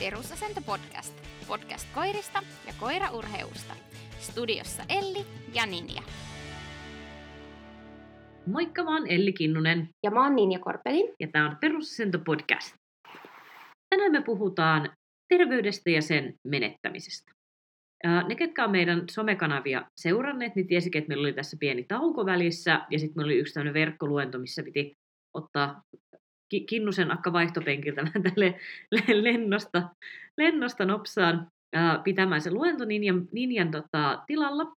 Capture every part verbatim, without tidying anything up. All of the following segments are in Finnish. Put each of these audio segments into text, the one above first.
Perusasento podcast. Podcast koirista ja koiraurheusta. Studiossa Elli ja Ninja. Moikka, mä oon Elli Kinnunen. Ja mä oon Ninja Korpelin. Ja tää on Perusasento podcast. Tänään me puhutaan terveydestä ja sen menettämisestä. Ne, ketkä on meidän somekanavia seuranneet, niin tiesikin, että meillä oli tässä pieni tauko välissä. Ja sitten meillä oli yksi tämmöinen verkkoluento, missä piti ottaa Kinnusen akka vaihtopenkiltä vähän tälle lennosta, lennosta nopsaan ää, pitämään se luento Ninjan, Ninjan tota, tilalla.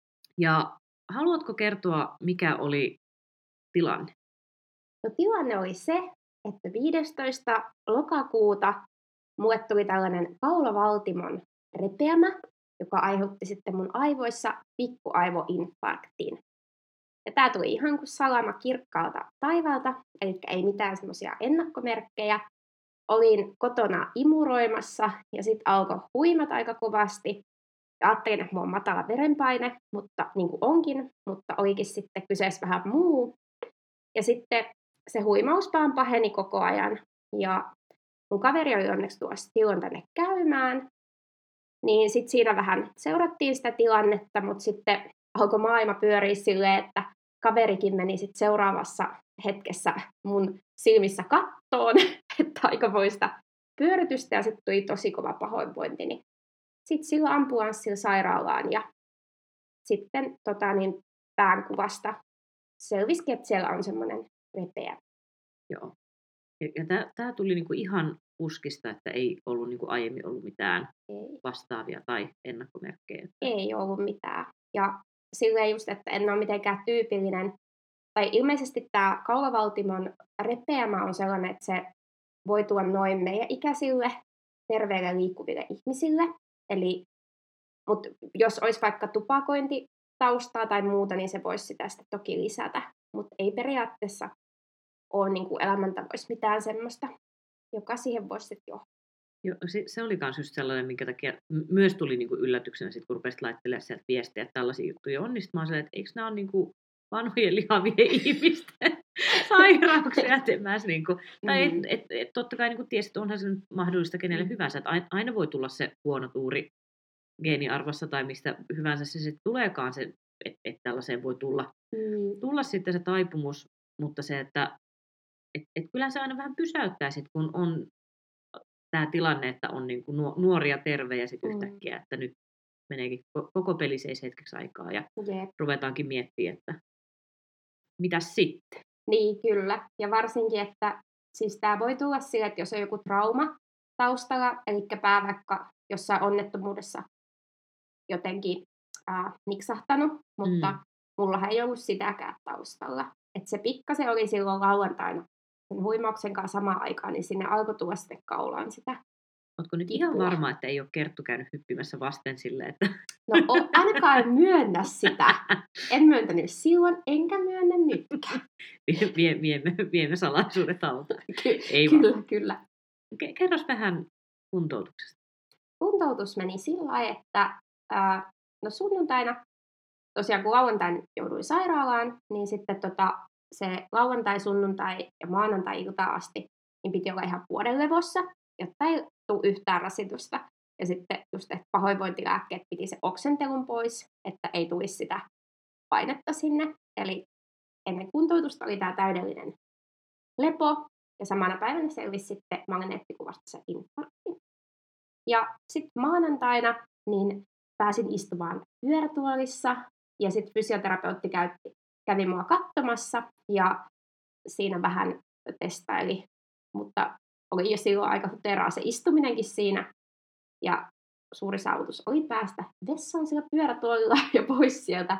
Ja haluatko kertoa, mikä oli tilanne? No, tilanne oli se, että viidestoista lokakuuta mulle tuli tällainen kaulavaltimon repeämä, joka aiheutti sitten mun aivoissa pikkuaivoinfarktin. Ja tää tuli ihan kuin salama kirkkaalta taivaalta, eli ei mitään semmoisia ennakkomerkkejä. Olin kotona imuroimassa ja sitten alkoi huimat aika kovasti. Ja ajattelin, että mulla on matala verenpaine, mutta niin kuin onkin, mutta olikin sitten kyseessä vähän muu. Ja sitten se huimaus vaan paheni koko ajan. Ja mun kaveri oli onneksi tuossa silloin tänne käymään. Niin sitten siinä vähän seurattiin sitä tilannetta, mutta sitten alkoi maailma pyöriä silleen, että kaverikin meni sitten seuraavassa hetkessä mun silmissä kattoon, että aikamoista pyöritystä ja sitten tuli tosi kova pahoinvointi. Niin sitten sillä ambulanssilla sairaalaan ja sitten tota, niin, päänkuvasta selvisikin, että siellä on semmoinen repeä. Joo. Ja, ja tämä tuli niinku ihan puskista, että ei ollut niinku aiemmin ollut mitään ei. vastaavia tai ennakkomerkkejä. Että... Ei ollut mitään. Ja silleen just, että en ole mitenkään tyypillinen. Tai ilmeisesti tämä kaulavaltimon repeämä on sellainen, että se voi tulla noin meidän ikäisille, terveille liikkuville ihmisille. Eli, mutta jos olisi vaikka tupakointitaustaa tai muuta, niin se voisi sitä sitten toki lisätä. Mutta ei periaatteessa ole niin kuin elämäntavoissa mitään semmoista, joka siihen voisi sitten johtaa. Joo, se, se oli myös just sellainen, minkä takia myös tuli niinku yllätyksenä, sit, kun rupesit laittelemaan sieltä viestiä, että tällaisia juttuja on, niin sitten mä oon silleen, että eikö nämä ole niinku vanhojen lihavien ihmisten sairauksia, niinku, mm. tai et, et, et, totta kai niinku tiesi, että onhan se nyt mahdollista kenelle mm. hyvänsä, että aina, aina voi tulla se huono tuuri geeniarvossa tai mistä hyvänsä se sitten tuleekaan, se, että et tällaiseen voi tulla, mm. tulla sitten se taipumus, mutta se, että et, et kyllähän se aina vähän pysäyttää sit, kun on tämä tilanne, että on niinku nuoria tervejä sit mm. yhtäkkiä, että nyt meneekin koko peli seis hetkeksi aikaa ja Jep. ruvetaankin miettimään, että mitäs sitten? Niin, kyllä. Ja varsinkin, että siis tämä voi tulla sille, että jos on joku trauma taustalla, eli pää vaikka jossain onnettomuudessa jotenkin äh, niksahtanut, mutta mm. mullahan ei ollut sitäkään taustalla. Että se pikkasen oli silloin lauantaina sen huimauksen kanssa samaan aikaan, niin sinne alkoi tulla sitten kaulaan sitä. Ootko nyt ihan varma, että ei ole Kerttu käynyt hyppimässä vasten silleen, että... No o, ainakaan en myönnä sitä. En myöntänyt silloin, enkä myönnä nytkään. Vie, viemme, viemme salaisuudet alta. Ky- ei kyllä, vaan. kyllä. Kerros vähän kuntoutuksesta. Kuntoutus meni sillä lailla, että ää, no sunnuntaina, tosiaan kun lauantain jouduin sairaalaan, niin sitten tota, se lauantai, sunnuntai ja maanantai-iltaan asti niin piti olla ihan vuoden levossa, jotta ei tule yhtään rasitusta. Ja sitten just, että pahoinvointilääkkeet piti se oksentelun pois, että ei tulisi sitä painetta sinne. Eli ennen kuntoutusta oli tämä täydellinen lepo, ja samana päivänä selvisi sitten magneettikuvasta se infarkti. Ja sitten maanantaina niin pääsin istumaan pyörätuolissa, ja sitten fysioterapeutti käytti, kävi mua katsomassa, ja siinä vähän testaili, mutta oli jo silloin aika huteraa se istuminenkin siinä, ja suuri saavutus oli päästä vessaan sillä pyörätuolilla ja pois sieltä.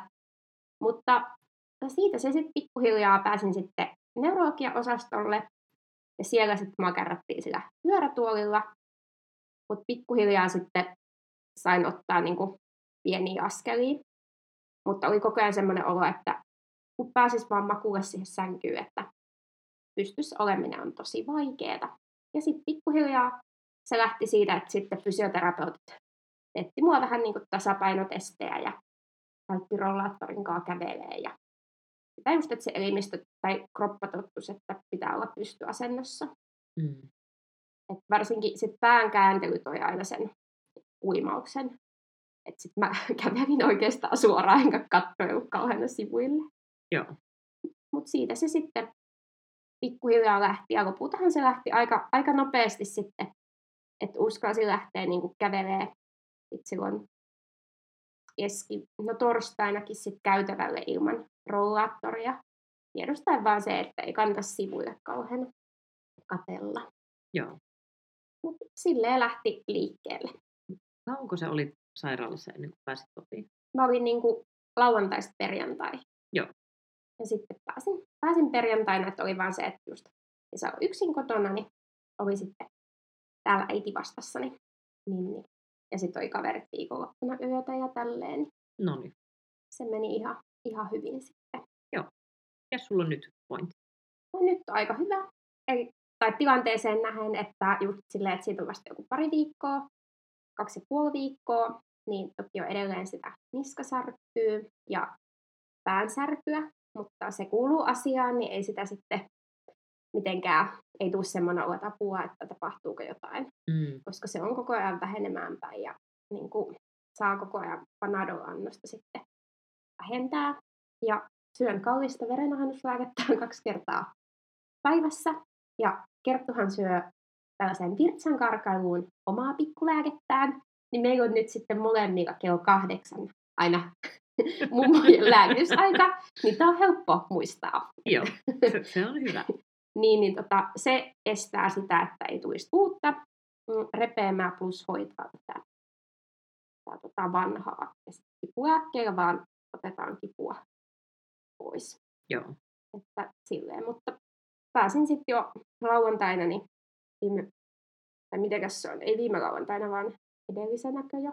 Mutta siitä se sitten pikkuhiljaa pääsin sitten neurologiaosastolle, ja siellä sitten mua kärrättiin sillä pyörätuolilla, mutta pikkuhiljaa sitten sain ottaa niinku pieniä askelia, mutta oli koko ajan semmoinen olo, että kun pääsis vaan makuulle siihen sänkyyn, että pystyssä oleminen on tosi vaikeeta. Ja sitten pikkuhiljaa se lähti siitä, että sitten fysioterapeutit teetti mua vähän niin kuin tasapainotestejä ja käytti rollaattorin kanssa kävelee. Ja sitä just, että se elimistö tai kroppa tottus, että pitää olla pystyasennossa. Mm. Et varsinkin sit pään kääntely toi aina sen uimauksen. Että sit mä kävelin oikeastaan suoraan, enkä katsoin kauheana sivuille. Joo. Mut siitä se sitten pikkuhiljaa lähti, ja lopultahan se lähti aika, aika nopeasti sitten, että uskalsi lähteä niin kuin kävelee sit silloin eski, no torstainakin sitten käytävälle ilman rollaattoria. Tiedostaen vaan se, että ei kannata sivuille kauhean katella. Joo. Mut silleen lähti liikkeelle. Kauanko sä olit sairaalassa ennen kuin pääsit kotiin? Mä olin niin kuin lauantaista perjantai. Joo. Ja sitten pääsin, pääsin perjantaina, että oli vaan se, että just ei saa olla yksin kotona, niin oli sitten täällä äiti vastassani. Niin, niin. Ja sitten oli kaverit viikonloppuna yötä ja tälleen. Noniin. Se meni ihan, ihan hyvin sitten. Joo. Ja sulla on nyt pointti? No nyt on aika hyvä. Eli, tai tilanteeseen nähen, että just silleen, että siitä on vasta joku pari viikkoa, kaksi ja puoli viikkoa, niin toki on edelleen sitä niskasärkyä ja päänsärkyä, mutta se kuuluu asiaan, niin ei sitä sitten mitenkään, ei tule semmoinen olo apua, että tapahtuuko jotain, Mm. koska se on koko ajan vähenemään päin ja niin kuin, saa koko ajan Panadol-annosta sitten vähentää. Ja syön kallista verenahennuslääkettä kaksi kertaa päivässä ja Kerttuhan syö tällaiseen virtsan karkailuun omaa pikkulääkettään, niin meillä on nyt sitten molemmilla kello kahdeksan aina mummojen lääkitysaika, niin tämä on helppo muistaa. Joo, se, se on hyvä. niin, niin tota, se estää sitä, että ei tulisi uutta mm, repeämää plus hoitaa tätä, tätä tota vanhaa. Ja sitten kipulääkkeellä vaan otetaan kipua pois. Joo. Että silleen, mutta pääsin sitten jo lauantaina, niin viime, tai mitenkäs se on, ei viime lauantaina, vaan edellisenäkö jo.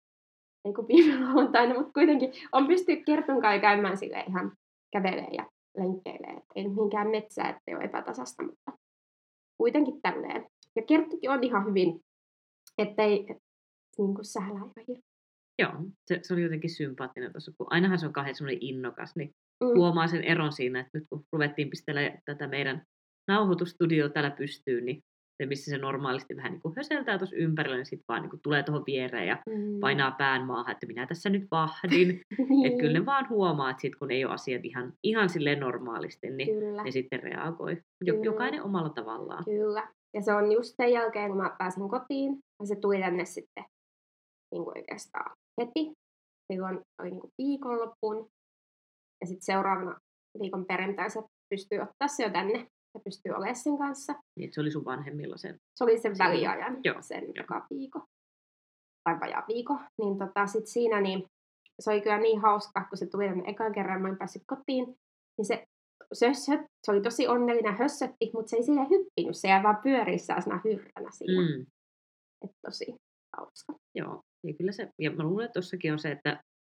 Ei kun viime lauantaina, mutta kuitenkin on pystynyt Kertun käymään silleen ihan kävelee ja lenkkeilee. Et ei mihinkään metsää, ettei ole epätasasta, mutta kuitenkin tälleen. Ja Kerttukin on ihan hyvin, ettei niin kuin sählää ihan hirveän. Joo, se, se oli jotenkin sympaattinen tuossa, kun ainahan se on kauhean semmoinen innokas, niin Mm. huomaa sen eron siinä, että nyt kun ruvettiin pistelemään tätä meidän nauhoitustudioa täällä pystyyn, niin se, missä se normaalisti vähän niin kuin höseltää tuossa ympärillä, niin sitten vaan niin kuin tulee tuohon viereen ja Mm. painaa pään maahan, että minä tässä nyt vahdin. niin. Että kyllä ne vaan huomaa, että sit kun ei ole asiat ihan, ihan silleen normaalisti, niin Kyllä. ne sitten reagoi. Jo, Kyllä. jokainen omalla tavallaan. Kyllä. Ja se on just sen jälkeen, kun mä pääsin kotiin, ja se tuli tänne sitten niin kuin oikeastaan heti. Silloin oli niin kuin viikonloppuun. Ja sitten seuraavana viikon perjantai se pystyy ottaa se jo tänne. Ja pystyy olemaan sen kanssa. Niin, se oli sun vanhemmilla sen. Se oli sen Siinä. väliajan, Joo. sen joka viikko. Tai vajaa viikko. Niin tota, sit siinä niin, se oli kyllä niin hauska, kun se tuli tänne ekan kerran, mä en päässyt kotiin. Niin se, se, se, se oli tosi onnellinen, hössötti, mutta se ei siihen hyppinyt. Se jäi vaan pyörissään sana hyrränä siinä. Mm. Että tosi hauska. Joo, ja kyllä se, ja mä luulen, että tossakin on se, että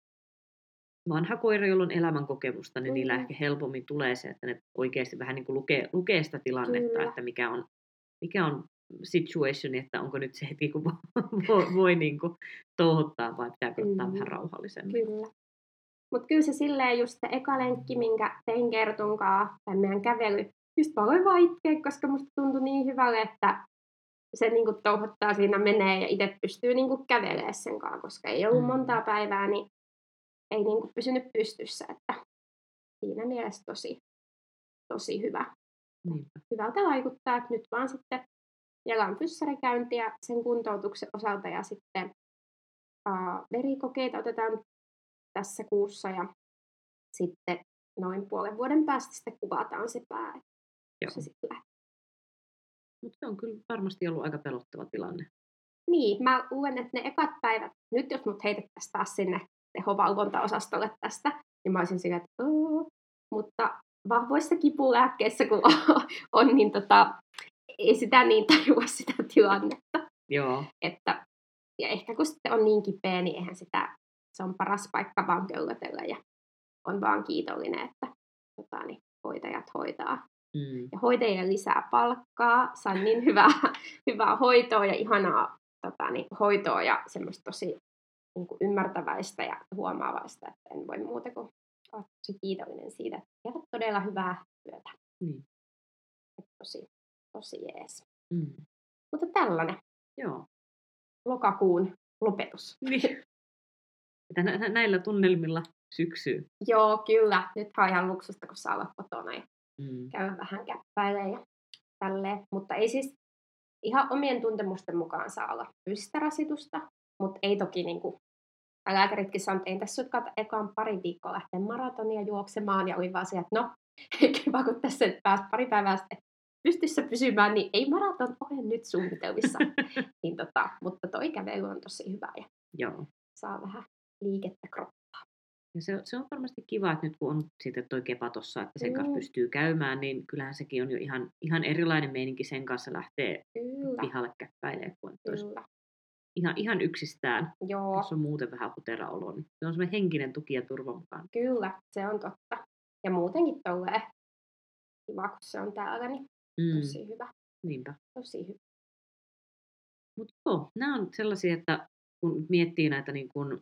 vanha koira, jolla on elämän kokemusta, niin mm. niillä ehkä helpommin tulee se, että ne oikeasti vähän niin kuin lukee, lukee sitä tilannetta, kyllä. Että mikä on, mikä on situation, että onko nyt se heti, kun voi, voi niin kuin touhuttaa vai pitääkö ottaa mm. vähän rauhallisemmin. Kyllä. Mutta kyllä se silleen just se eka lenkki, minkä tein Kertunkaan, tai meidän kävely, just mä aloin vaan itkeä, koska musta tuntui niin hyvälle, että se niinku touhuttaa siinä menee ja itse pystyy niinku kävelemään sen kanssa, koska ei ollut mm. montaa päivää, niin ei niinku pysynyt pystyssä, että siinä mielessä tosi, tosi hyvä. Niinpä. Hyvältä vaikuttaa, että nyt vaan sitten jalan fyssärikäyntiä sen kuntoutuksen osalta ja sitten uh, verikokeita otetaan tässä kuussa ja sitten noin puolen vuoden päästä sitten kuvataan se pää. Joo. Se sitten lähtee. Mutta se on kyllä varmasti ollut aika pelottava tilanne. Niin, mä luulen, että ne ekat päivät, nyt jos mut heitettäisiin taas sinne tehovalvontaosastolle tästä, niin mä olisin sillä, että ooo. Mutta vahvoissa kipulääkkeissä kun on, on niin tota, ei sitä niin tajua sitä tilannetta. Joo. Että, ja ehkä kun sitten on niin kipeä, niin eihän sitä, se on paras paikka vaan köllötellä ja on vaan kiitollinen, että tota, niin, hoitajat hoitaa. Mm. Ja hoitajien lisää palkkaa, sain niin hyvää, hyvää hoitoa ja ihanaa tota, niin, hoitoa ja semmoista tosi niin kuin ymmärtäväistä ja huomaavaista, että en voi muuta kuin olla tosi kiitollinen siitä, että tehdä todella hyvää työtä. Mm. Tosi, tosi jees. Mm. Mutta tällainen Joo. lokakuun lopetus. Niin. Että nä- näillä tunnelmilla syksyyn. Joo, kyllä. Nyt on ihan luksusta, kun saa olla kotona ja Mm. käydä vähän käppäilemään ja tälleen. Mutta ei siis ihan omien tuntemusten mukaan saa olla fyysistä rasitusta, mutta ei toki niin kuin lääkäritkin sanoo, että ei tässä ole kato ekaan pari viikkoa lähteä maratonia juoksemaan ja oli vaan se, että no, kiva kun tässä nyt pääsi pari päivää sitten pystyssä pysymään, niin ei maraton ole nyt suunnitelmissa. niin tota, mutta toi kävely on tosi hyvä ja Joo. saa vähän liikettä kroppaan. Ja se, se on varmasti kiva, että nyt kun on sitten toi kepa tossa, että sen Mm. kanssa pystyy käymään, niin kyllähän sekin on jo ihan, ihan erilainen meininki sen kanssa lähteä Kyllä, pihalle käppäilemään, kun olisi kyllä. ihan, ihan yksistään, Joo, jos on muuten vähän hutera olo, niin se on semmoinen henkinen tuki ja turva mukaan. kyllä, se on totta. Ja muutenkin tolleen kiva, kun se on täällä, niin Mm, tosi hyvä, niinpä. tosi hyvä. Mutta joo, nämä on sellaisia, että kun miettii näitä, niin kun,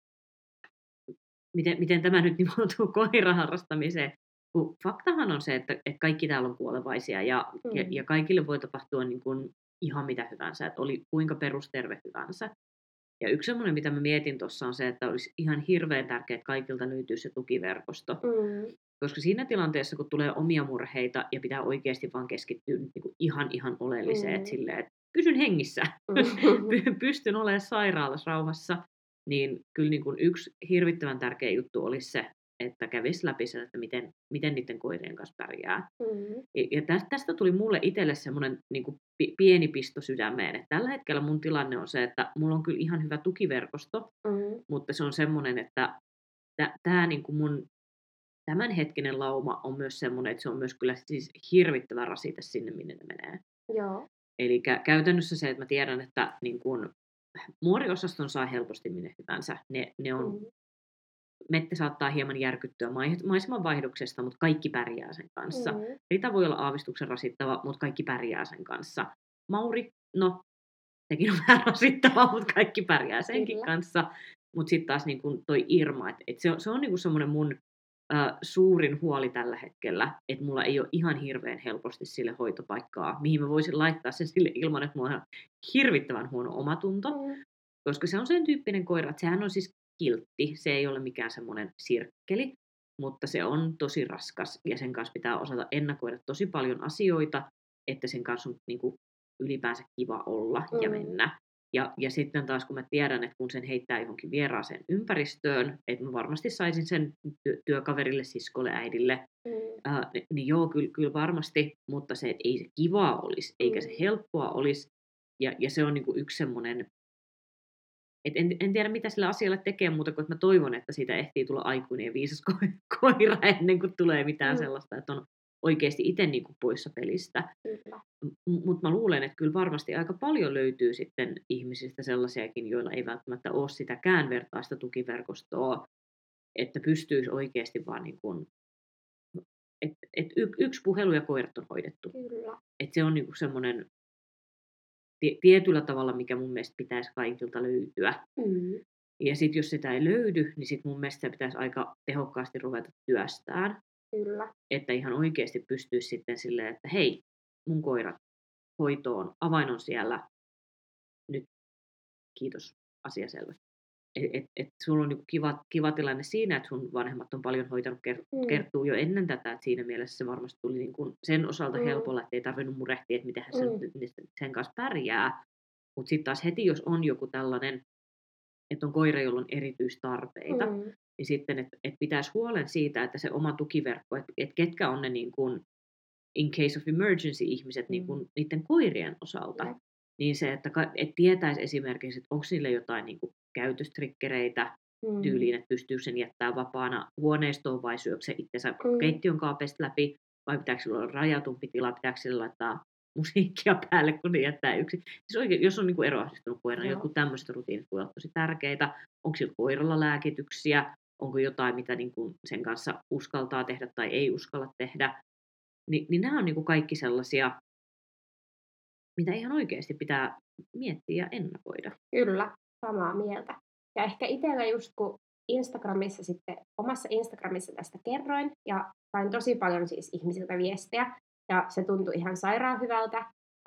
miten, miten tämä nyt nivoutuu koiraharrastamiseen, kun faktahan on se, että, että kaikki täällä on kuolevaisia ja, Mm. ja, ja kaikille voi tapahtua niin kun ihan mitä hyvänsä, että oli kuinka perusterve hyvänsä. Ja yksi semmoinen, mitä mä mietin tuossa on se, että olisi ihan hirveän tärkeää, että kaikilta löytyy se tukiverkosto. Mm. Koska siinä tilanteessa, kun tulee omia murheita ja pitää oikeasti vaan keskittyä niin kuin ihan ihan oleelliseen, Mm. että silleen, että pysyn hengissä, Mm. py- pystyn olemaan sairaalassa rauhassa, niin kyllä niin kuin yksi hirvittävän tärkeä juttu olisi se, että kävisi läpi sen, että miten, miten niiden koirien kanssa pärjää. Mm. Ja ja tästä, tästä tuli mulle itselle semmoinen niin kuin pi- pieni pisto sydämeen, että tällä hetkellä mun tilanne on se, että mulla on kyllä ihan hyvä tukiverkosto, Mm. mutta se on semmoinen, että tämä niin kuin mun tämänhetkinen lauma on myös semmoinen, että se on myös kyllä siis hirvittävä rasite sinne, minne ne menee. Joo. Eli käytännössä se, että mä tiedän, että niin kun muoriosaston saa helposti minne hyvänsä. Ne, ne on, Mm. Mette saattaa hieman järkyttyä maiseman vaihdoksesta, mutta kaikki pärjää sen kanssa. Mm. Rita voi olla aavistuksen rasittava, mutta kaikki pärjää sen kanssa. Mauri, no, sekin on vähän rasittava, mutta kaikki pärjää senkin Kyllä. kanssa. Mutta sitten taas niin kun toi Irma, että et se on, se on niin kun semmoinen mun ä, suurin huoli tällä hetkellä, että mulla ei ole ihan hirveän helposti sille hoitopaikkaa, mihin mä voisin laittaa sen sille ilman, että mulla on hirvittävän huono omatunto. Mm. Koska se on sen tyyppinen koira, että sehän on siis kiltti, se ei ole mikään semmoinen sirkkeli, mutta se on tosi raskas ja sen kanssa pitää osata ennakoida tosi paljon asioita, että sen kanssa on niin kuin ylipäänsä kiva olla ja Mm. mennä. Ja, ja sitten taas kun mä tiedän, että kun sen heittää johonkin vieraaseen ympäristöön, että mä varmasti saisin sen työ- työkaverille, siskolle, äidille, Mm. ää, niin joo, kyllä, kyllä varmasti, mutta se, että ei se kivaa olisi, eikä se Mm. helppoa olisi. Ja, ja se on niin kuin yksi semmoinen, et en, en tiedä, mitä sillä asialla tekee muuta kuin, että mä toivon, että siitä ehtii tulla aikuinen ja viisas ko- koira ennen kuin tulee mitään Mm. sellaista, että on oikeasti itse niin kuin poissa pelistä. Kyllä. M- Mutta mä luulen, että kyllä varmasti aika paljon löytyy sitten ihmisistä sellaisiakin, joilla ei välttämättä ole sitäkään vertaista tukiverkostoa, että pystyisi oikeasti vaan niin kuin, että et y- yksi puhelu ja koirat on hoidettu. Kyllä. Että se on niin kuin semmoinen tie- tietyllä tavalla, mikä mun mielestä pitäisi kaikilta löytyä. Mm. Ja sitten jos sitä ei löydy, niin sitten mun mielestä sitä pitäisi aika tehokkaasti ruveta työstään. Kyllä. Että ihan oikeasti pystyisi sitten silleen, että hei, mun koirat hoitoon, avain on siellä, nyt kiitos, asia selvä. Että et, et sulla on niinku kiva, kiva tilanne siinä, että sun vanhemmat on paljon hoitanut ker- Mm. kertuu jo ennen tätä, että siinä mielessä se varmasti tuli niinku sen osalta Mm. helpolla, että ei tarvinnut murehtia, että miten se Mm. nyt sen kanssa pärjää. Mutta sitten taas heti, jos on joku tällainen, että on koira, jolla on erityistarpeita, Mm. niin sitten, että et pitäisi huolen siitä, että se oma tukiverkko, että et ketkä on ne niin kuin in case of emergency ihmiset niin kuin niiden koirien osalta, Jep. niin se, että ka- et tietäisi esimerkiksi, että onko niille jotain niin kuin käytöstrikkereitä Mm. tyyliin, että pystyy sen jättää vapaana huoneistoon vai syökö se itsensä Mm. keittiön kaapesta läpi, vai pitääkö sillä olla rajatumpi tila, pitääkö sillä laittaa musiikkia päälle, kun ne jättää yksin. Siis oikein, jos on niin kuin eroahdistunut koira, niin Joo. jotkut tämmöiset rutiinit voi olla tosi tärkeitä. Onko sillä koiralla lääkityksiä? Onko jotain, mitä niin kuin sen kanssa uskaltaa tehdä tai ei uskalla tehdä? Ni, niin nämä on niin kuin kaikki sellaisia, mitä ihan oikeasti pitää miettiä ja ennakoida. Kyllä, samaa mieltä. Ja ehkä itsellä just kun Instagramissa sitten, omassa Instagramissa tästä kerroin, ja sain tosi paljon siis ihmisiltä viestejä, ja se tuntui ihan sairaan hyvältä.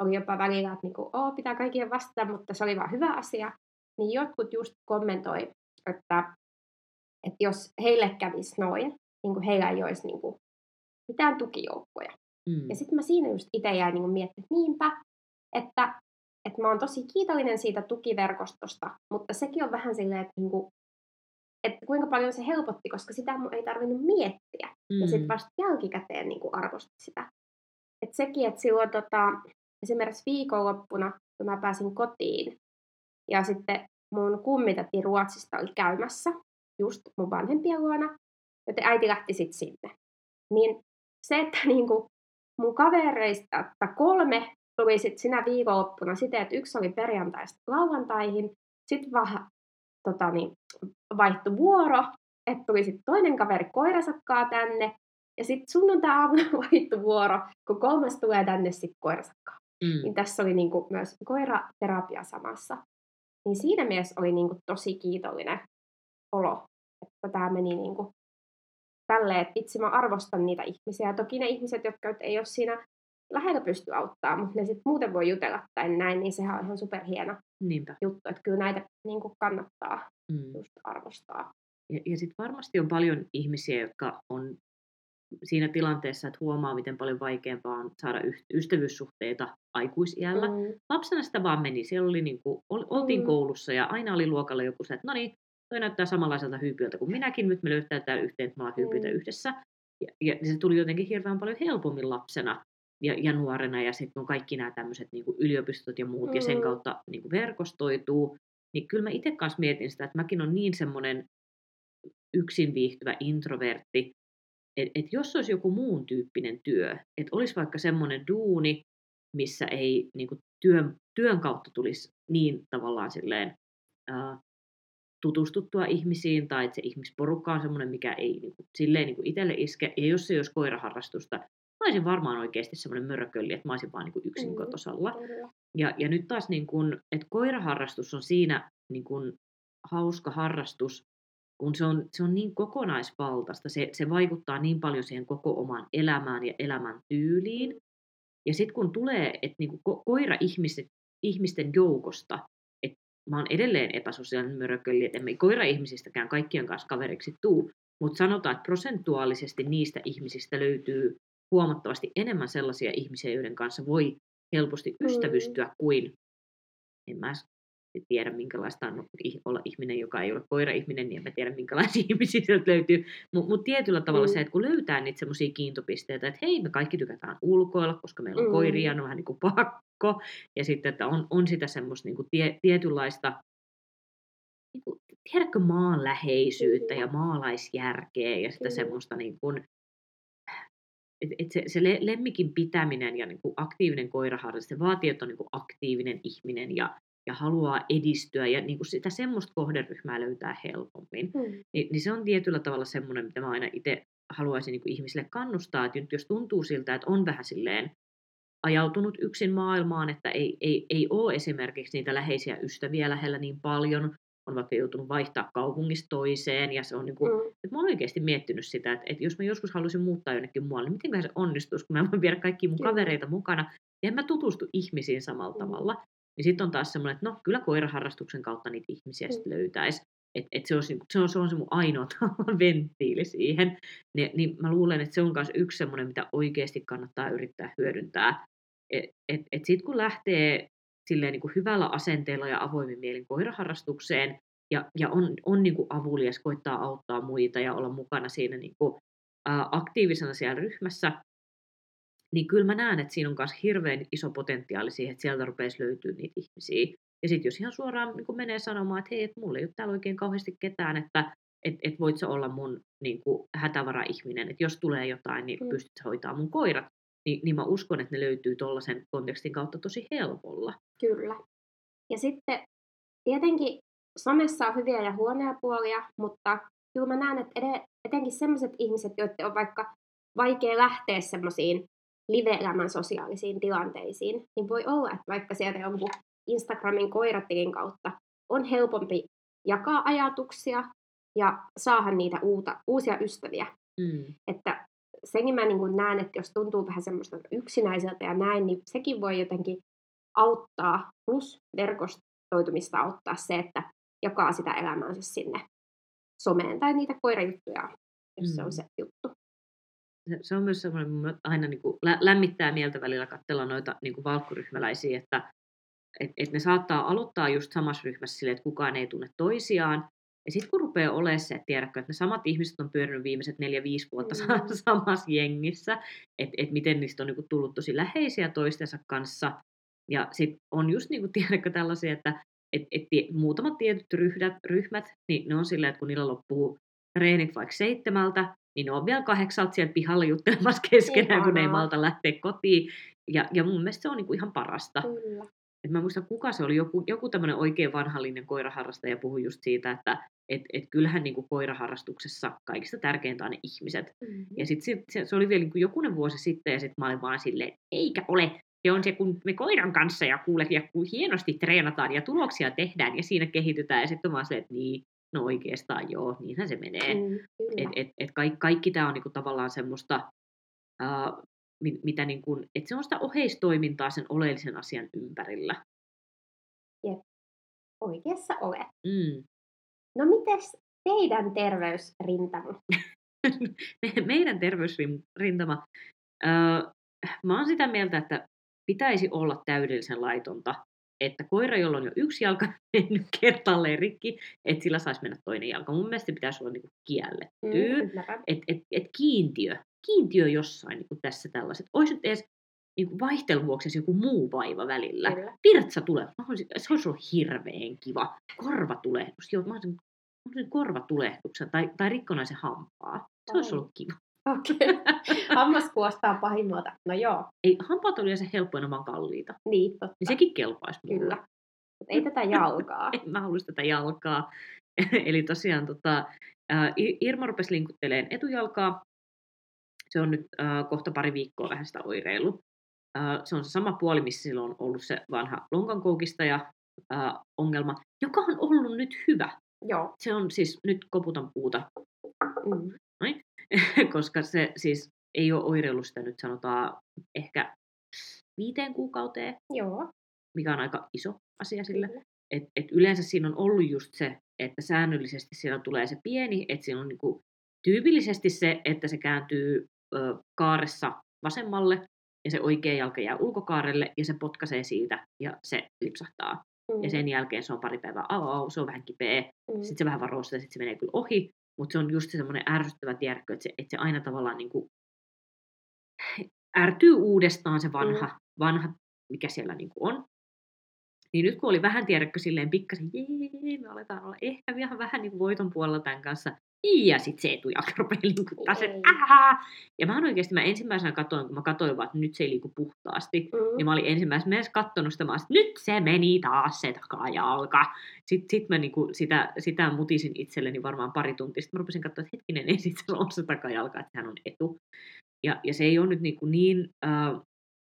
oli jopa välillä, että niinku, oo, pitää kaikille vastata, mutta se oli vaan hyvä asia. Niin jotkut just kommentoi, että, että jos heille kävisi noin, niin kuin heillä ei olisi niin kuin mitään tukijoukkoja. Mm. Ja sitten mä siinä just itse jäin niin miettimään, että niinpä, että, että mä oon tosi kiitollinen siitä tukiverkostosta, mutta sekin on vähän silleen, että, niin kuin, että kuinka paljon se helpotti, koska sitä mun ei tarvinnut miettiä. Mm. Ja sitten vasta jälkikäteen niin kuin arvosti sitä. Että sekin, että silloin tota, esimerkiksi viikonloppuna, kun mä pääsin kotiin, ja sitten mun kummitäti Ruotsista oli käymässä just mun vanhempien luona, joten äiti lähti sitten sinne. Niin se, että niinku mun kavereista että kolme tuli sitten sinä viikonloppuna siten, että yksi oli perjantaista lauantaihin, sitten vähän tota niin, vaihtui vuoro, että tuli sitten toinen kaveri koirasakkaa tänne, ja sitten sunnuntai-aamuna vaihtui vuoro, kun kolmas tulee tänne sitten koirasakkaa. Mm. Niin tässä oli niinku myös koiraterapia samassa. Niin siinä mielessä oli niinku tosi kiitollinen olo, että tämä meni niinku tälleen, että itse mä arvostan niitä ihmisiä. Ja toki ne ihmiset, jotka ei ole siinä lähellä pysty auttamaan, mutta ne sitten muuten voi jutella tai näin, niin sehän on ihan superhieno Niinpä. juttu. Että kyllä näitä niinku kannattaa mm. just arvostaa. Ja, ja sitten varmasti on paljon ihmisiä, jotka on siinä tilanteessa, että huomaa, miten paljon vaikeampaa on saada ystävyyssuhteita aikuisiällä. Mm. Lapsena sitä vaan meni. Siellä oli niin kuin, oltiin mm. koulussa ja aina oli luokalla joku se, että no niin, toi näyttää samanlaiselta hyypiöltä kuin minäkin. Nyt me löytäytään yhteen, että me ollaan hyypiöitä mm. yhdessä. Ja, ja se tuli jotenkin hirveän paljon helpommin lapsena ja, ja nuorena. Ja sitten kun kaikki nämä tämmöiset niin kuin yliopistot ja muut mm. ja sen kautta niin kuin verkostoituu, niin kyllä mä itse kanssa mietin sitä, että mäkin on niin semmoinen yksin viihtyvä introvertti, että et jos olisi joku muun tyyppinen työ, että olisi vaikka semmoinen duuni, missä ei niin kuin työn, työn kautta tulisi niin tavallaan silleen, ää, tutustuttua ihmisiin, tai että se ihmisporukka on semmoinen, mikä ei niin kuin, silleen niin kuin itselle iske, ja jos se ei olisi koiraharrastusta, mä olisin varmaan oikeasti semmoinen mörökölli, että mä olisin vaan niin kuin yksin kotosalla. Ja, ja nyt taas, niin kuin, että koiraharrastus on siinä niin kuin hauska harrastus, kun se on, se on niin kokonaisvaltaista, se, se vaikuttaa niin paljon siihen koko omaan elämään ja elämän tyyliin. Ja sitten kun tulee, että niinku ko- koira-ihmiset, ihmisten joukosta, että mä oon edelleen epäsosiaalinen mörökölli, että emme koira-ihmisistäkään kaikkien kanssa kaveriksi tuu, mutta sanotaan, että prosentuaalisesti niistä ihmisistä löytyy huomattavasti enemmän sellaisia ihmisiä, joiden kanssa voi helposti ystävystyä kuin, en mä tiedä minkälaista on olla ihminen, joka ei ole koira-ihminen, niin en mä tiedä minkälaisia ihmisiä sieltä löytyy. Mutta mut tietyllä tavalla mm. se, että kun löytää niitä semmoisia kiintopisteitä, että hei, me kaikki tykätään ulkoilla, koska meillä on mm. koiria, ne on vähän niin kuin pakko. Ja sitten, että on, on sitä semmoista niin kuin tie, tietynlaista, niin kuin, tiedätkö, maanläheisyyttä mm. ja maalaisjärkeä ja sitä mm. semmoista niin kuin, että et se, se lemmikin pitäminen ja niin kuin aktiivinen koiraharrastus, se vaatii, että on niin kuin aktiivinen ihminen ja ja haluaa edistyä, ja niin kuin sitä semmoista kohderyhmää löytää helpommin. Mm. Ni, niin se on tietyllä tavalla semmoinen, mitä mä aina itse haluaisin niin kuin ihmisille kannustaa, että jos tuntuu siltä, että on vähän silleen ajautunut yksin maailmaan, että ei, ei, ei ole esimerkiksi niitä läheisiä ystäviä lähellä niin paljon, on vaikka joutunut vaihtaa kaupungista toiseen, ja se on niin kuin, mm. että mä oon oikeasti miettinyt sitä, että, että jos mä joskus haluaisin muuttaa jonnekin muualle, niin mitenköhän se onnistuisi, kun mä voin viedä kaikkia mun kavereita mukana, ja en mä tutustu ihmisiin samalla mm. tavalla. Niin sitten on taas semmoinen, että no kyllä koiraharrastuksen kautta niitä ihmisiä mm. sitten löytäisi. Että et se, se, on, se on se mun ainoa venttiili siihen. Ni, niin mä luulen, että se on myös yksi semmoinen, mitä oikeasti kannattaa yrittää hyödyntää. Että et, et sitten kun lähtee silleen niin kuin hyvällä asenteella ja avoimin mielin koiraharrastukseen ja, ja on, on niin kuin avulias, koittaa auttaa muita ja olla mukana siinä niin kuin, ä, aktiivisena siellä ryhmässä, niin kyllä mä näen, että siinä on myös hirveän iso potentiaali siihen, että sieltä rupeaisi löytyä niitä ihmisiä. Ja sitten jos ihan suoraan niin menee sanomaan, että hei, että mulla ei ole täällä oikein kauheasti ketään, että et, et voit sä olla mun niin kuin hätävara-ihminen, että jos tulee jotain, niin pystyt sä hoitaa mun koirat. Ni, niin mä uskon, että ne löytyy tuollaisen kontekstin kautta tosi helpolla. Kyllä. Ja sitten tietenkin somessa on hyviä ja huonoja puolia, mutta kyllä mä näen, että ed- etenkin sellaiset ihmiset, joiden on vaikka vaikea lähteä semmoisiin live-elämän sosiaalisiin tilanteisiin, niin voi olla, että vaikka sieltä jonkun Instagramin koiratilin kautta on helpompi jakaa ajatuksia ja saada niitä uuta, uusia ystäviä. Mm. Että senkin mä niin kuin näen, että jos tuntuu vähän semmoista yksinäiseltä ja näin, niin sekin voi jotenkin auttaa, plus verkostoitumista auttaa se, että jakaa sitä elämäänsä sinne someen tai niitä koirajuttuja, jos mm. se on se juttu. Se, se on myös semmoinen, mun aina niin kuin lä- lämmittää mieltä välillä katsella noita niin kuin valkkuryhmäläisiä, että et, et ne saattaa aloittaa just samassa ryhmässä silleen, että kukaan ei tunne toisiaan. Ja sitten kun rupeaa olemaan se, että tiedätkö, että ne samat ihmiset on pyörinyt viimeiset neljä, viisi vuotta mm. samassa jengissä, että et miten niistä on niinku tullut tosi läheisiä toistensa kanssa. Ja sitten on just niinku, tiedätkö, tällaisia, että et, et, muutamat tietyt ryhmät, ryhmät, niin ne on silleen, että kun niillä loppuu treenit vaikka seitsemältä, niin ne on vielä kahdeksalta siellä pihalla juttelemassa keskenään, Ihanaa. kun ne ei malta lähteä kotiin. Ja, ja mun mielestä se on niinku ihan parasta. Kyllä. Et mä muistan, kuka se oli, joku, joku tämmöinen oikein vanhallinen koiraharrastaja puhui just siitä, että et, et kyllähän niinku koiraharrastuksessa kaikista tärkeintä on ne ihmiset. Mm-hmm. Ja sitten se, se oli vielä niinku jokunen vuosi sitten, ja sitten mä olin vaan silleen, eikä ole. Se on se, kun me koiran kanssa ja kuule, ja kun hienosti treenataan ja tuloksia tehdään ja siinä kehitytään, ja sitten on vaan se, että niin, no oikeastaan joo, niinhän se menee. Mm, et, et, et kaikki, kaikki tämä on niinku tavallaan semmoista, uh, mitä niinku, että se on sitä oheistoimintaa sen oleellisen asian ympärillä. Jep, oikeassa olet. Mm. No mites teidän terveysrintama? Meidän terveysrintama. Öö, mä oon sitä mieltä, että pitäisi olla täydellisen laitonta, että koira, jolla on jo yksi jalka mennyt kertaalleen rikki, että sillä saisi mennä toinen jalka. Mun mielestä se pitäisi olla niinku kielletty. Mm, että et, et kiintiö, kiintiö jossain niinku tässä tällaiset. Olisi nyt edes niinku vaihtelun vuoksi joku muu vaiva välillä. Kyllä. Virtsa tulee. Se olisi ollut hirveän kiva. Korvatulehdus. Joo, mä olisin korvatulehduksen tai, tai rikkonaisen hampaa. Se Ai. olisi ollut kiva. Okei. Okay. Hammas kuostaa pahimmalta. No joo. Ei, hampaat oli se helppoina vaan kalliita. Niin, totta. Niin sekin kelpaisi mulle. Kyllä. Mutta ei tätä jalkaa. En mä haluaisi tätä jalkaa. Eli tosiaan tota, äh, Irma rupesi linkutteleen etujalkaa. Se on nyt äh, kohta pari viikkoa vähän sitä oireilu. Äh, se on se sama puoli, missä sillä on ollut se vanha lonkankoukistaja äh, ongelma, joka on ollut nyt hyvä. Joo. Se on siis, nyt koputan puuta. Mm. Noin. Koska se siis ei ole oireillut sitä nyt sanotaan ehkä viiteen kuukauteen. Joo. Mikä on aika iso asia sille. Mm. Et, et yleensä siinä on ollut just se, että säännöllisesti siellä tulee se pieni, että siinä on niinku tyypillisesti se, että se kääntyy ö, kaaressa vasemmalle ja se oikea jalka jää ulkokaarelle ja se potkaisee siitä ja se lipsahtaa. Mm. Ja sen jälkeen se on pari päivää, au, au, se on vähän kipeä. Mm. Sitten se vähän varoo sitä ja sitten se menee kyllä ohi. Mutta se on just se semmoinen ärsyttävä tiedätkö, että se, että se aina tavallaan niinku ärtyy uudestaan se vanha, mm. vanha mikä siellä niinku on. Niin nyt kun oli vähän tiedätkö silleen pikkasen, jee, me aletaan olla ehkä vielä vähän niinku voiton puolella tämän kanssa. Ja sitten se etujalka rupeaa liikuttaa sen, ähä! Ja mä oikeasti, mä ensimmäisenä katsoin, kun mä katsoin vaan, että nyt se ei liiku puhtaasti. Mm. Niin mä olin ensimmäisenä mielessä katsonut sitä, mä olin, nyt se meni taas se takajalka. Sitten sit mä niinku sitä, sitä mutisin itselleni varmaan pari tuntia. Sitten mä rupesin katsoa, että hetkinen, ei sit se ole se takajalka, että hän on etu. Ja, ja se ei ole nyt niinku niin äh,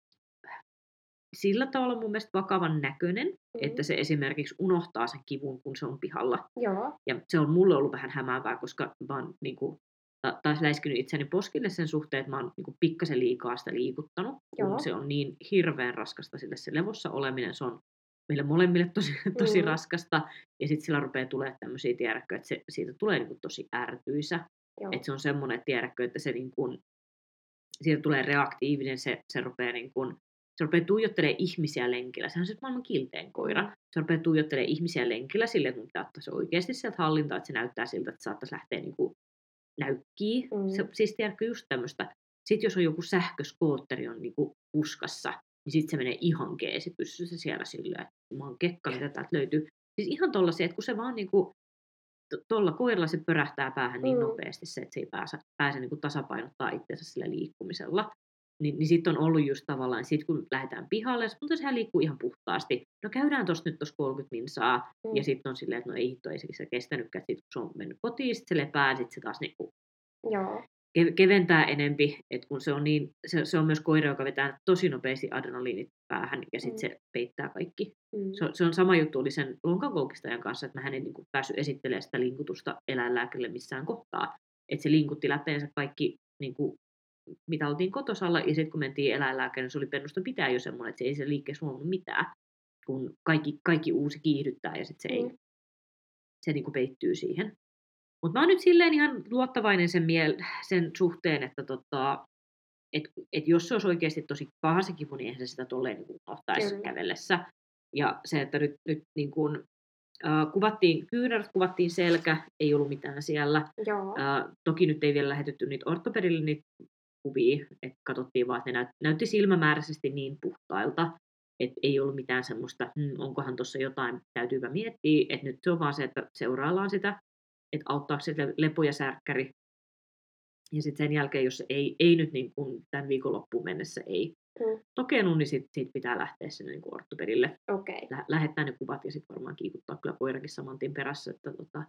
sillä tavalla mun mielestä vakavan näköinen, mm. että se esimerkiksi unohtaa sen kivun, kun se on pihalla. Joo. Ja se on mulle ollut vähän hämäävää, koska mä oon niinku, ta- taas läiskynyt itseni poskille sen suhteen, että mä oon niinku pikkasen liikaa sitä liikuttanut. Kun se on niin hirveän raskasta sille se levossa oleminen. Se on meille molemmille tosi, tosi mm. raskasta. Ja sitten sillä rupeaa tulemaan tämmöisiä, tiedätkö, että se, siitä tulee niinku tosi ärtyisä. Että se on semmoinen, tiedätkö, että se niinku, siitä tulee reaktiivinen, se, se rupeaa niinku, se rupeaa tuijottelemaan ihmisiä lenkillä. Sehän on se maailman kiltein koira. Se rupeaa tuijottelemaan ihmisiä lenkillä silleen, että mun pitää ottaa se oikeasti sieltä hallintaa, että se näyttää siltä, että saattaisi lähteä niin kuin näykkiä. Mm. Se, siis tiedätkö just tämmöistä. Sitten jos on joku sähköskootteri on niin kuin puskassa, niin sitten se menee ihan keesi pyssyssä siellä silleen, että mä oon kekka, mitä täältä löytyy. Siis ihan tollaisia, että kun se vaan niin kuin, tuolla koiralla se pörähtää päähän niin mm. nopeasti se, että se ei pääse, pääse niin kuin tasapainottaa itseensä sillä liikkumisella. Niin, niin sitten on ollut just tavallaan, sit kun lähdetään pihalle, mutta sehän liikkuu ihan puhtaasti. No käydään tuossa nyt tuossa kolmekymmentä minsaa, mm. ja sitten on silleen, että no ei hitto, ei se, se kestänytkään, sit kun se on mennyt kotiin, sitten se lepää, sitten se taas niinku Joo. Ke- keventää enempi, että kun se on niin, se, se on myös koira, joka vetää tosi nopeasti adrenaliinit päähän, ja sitten mm. se peittää kaikki. Mm. Se, se on sama juttu oli sen lonkakoukistajan kanssa, että mä en niinku päässyt esittelemään sitä linkutusta eläinlääkärille missään kohtaa. Että se linkutti läpeensä kaikki niinku mitä oltiin kotosalla, ja sitten kun mentiin eläinlääkäriin, se oli pennusta pitää jo semmoinen, että se ei se liikkeessä huomannut mitään. kun kaikki, kaikki uusi kiihdyttää ja sitten se, ei, Mm. se niin kuin peittyy siihen. Mutta mä oon nyt silleen ihan luottavainen sen, miel- sen suhteen, että tota, et, et jos se olisi oikeasti tosi paha se kipu, niin eihän se sitä tolleen niin unohtaisi Kyllä. kävellessä. Ja se, että nyt, nyt niin kuin, äh, kuvattiin kyynärät, kuvattiin selkä, ei ollut mitään siellä. Joo. Äh, toki nyt ei vielä lähetetty niitä ortopedille niitä kuvia, että katsottiin vaan, että ne näyt, näytti silmämääräisesti niin puhtailta, että ei ollut mitään semmoista, hm, onkohan tuossa jotain, täytyypä miettiä, että nyt se on vaan se, että seuraillaan sitä, että auttaako se lepo ja särkkäri. Ja sitten sen jälkeen, jos se ei, ei nyt niin kuin tämän viikonloppuun mennessä ei Mm. tokenut, niin sitten sit pitää lähteä sinne niin kuin ortopedille. Okei. Okay. Lä- lähettää ne kuvat ja sitten varmaan kiikuttaa kyllä koirakin saman tien perässä, että tota,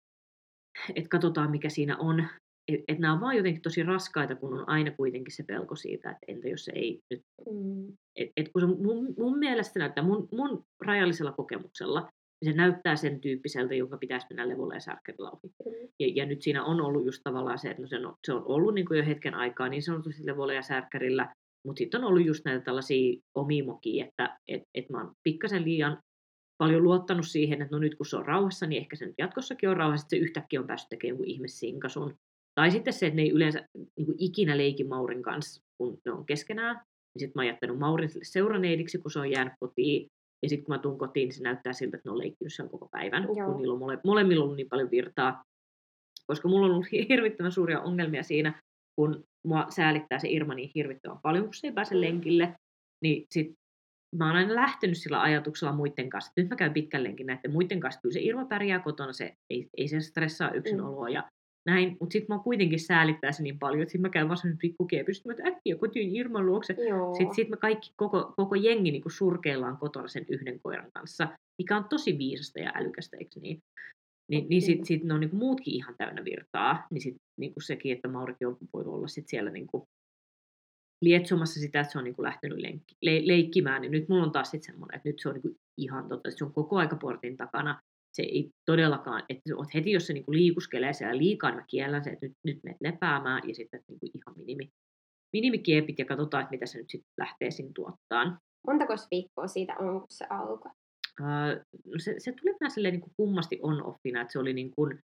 et katsotaan mikä siinä on. Että et nämä on vaan jotenkin tosi raskaita, kun on aina kuitenkin se pelko siitä, että entä jos se ei nyt... Mm. Et, et kun se mun, mun mielestä näyttää, mun, mun rajallisella kokemuksella, niin se näyttää sen tyyppiseltä, jonka pitäisi mennä levolle ja särkärillä ohi. Mm. Ja, ja nyt siinä on ollut just tavallaan se, että no se, on, se on ollut niin kuin jo hetken aikaa niin sanotusti levolle ja särkärillä, mutta sitten on ollut just näitä tällaisia omia mokia, että et, et mä oon pikkasen liian paljon luottanut siihen, että no nyt kun se on rauhassa, niin ehkä se nyt jatkossakin on rauhassa, että se yhtäkkiä on päässyt tekemään jonkun ihmesinkasun. Tai sitten se, että ne ei yleensä niin kuin ikinä leiki Maurin kanssa, kun ne on keskenään. Niin sitten mä oon jättänyt Maurin sille seuraneidiksi, kun se on jäänyt kotiin. Ja sitten kun mä tuun kotiin, niin se näyttää siltä, että ne on leikkinyt sen koko päivän, Joo. kun niillä on mole, molemmilla ollut niin paljon virtaa. Koska mulla on ollut hirvittävän suuria ongelmia siinä, kun mua säälittää se Irma niin hirvittävän paljon, kun se ei pääse lenkille. Niin sit mä oon aina lähtenyt sillä ajatuksella muiden kanssa. Nyt mä käyn pitkän lenkin näiden muiden kanssa. Kyllä se Irma pärjää kotona, se ei, ei se stressaa yksinoloa ja näin. Mutta sitten mä kuitenkin säälittää se niin paljon, että sitten mä käyn vaan sellainen pikkukiepistä, että äkkiä kotiin Irman luokse. Joo. Sitten sit me kaikki, koko, koko jengi niin kuin surkeillaan kotona sen yhden koiran kanssa, mikä on tosi viisasta ja älykästä, eikö niin? Niin, niin sitten sit ne on niin kuin muutkin ihan täynnä virtaa. Niin sitten niin kuin sekin, että Maurikin on voinut olla sit siellä niin kuin lietsomassa sitä, että se on niin kuin lähtenyt lenkki, le, leikkimään, niin nyt mulla on taas sitten semmoinen, että nyt se on niin kuin ihan totta, että se on koko aika portin takana. Se ei todellakaan, että heti jos se niin kuin liikuskelee siellä liikaa, niin mä kiellän se, että nyt, nyt menet lepäämään ja sitten niin kuin ihan minimi, minimikiepit ja katsotaan, että mitä se nyt sitten lähtee siinä tuottaan. Montako viikkoa siitä on, kun se alkoi? Uh, no se, se tuli vähän silleen niin kuin kummasti on-offina, että se oli niin kuin,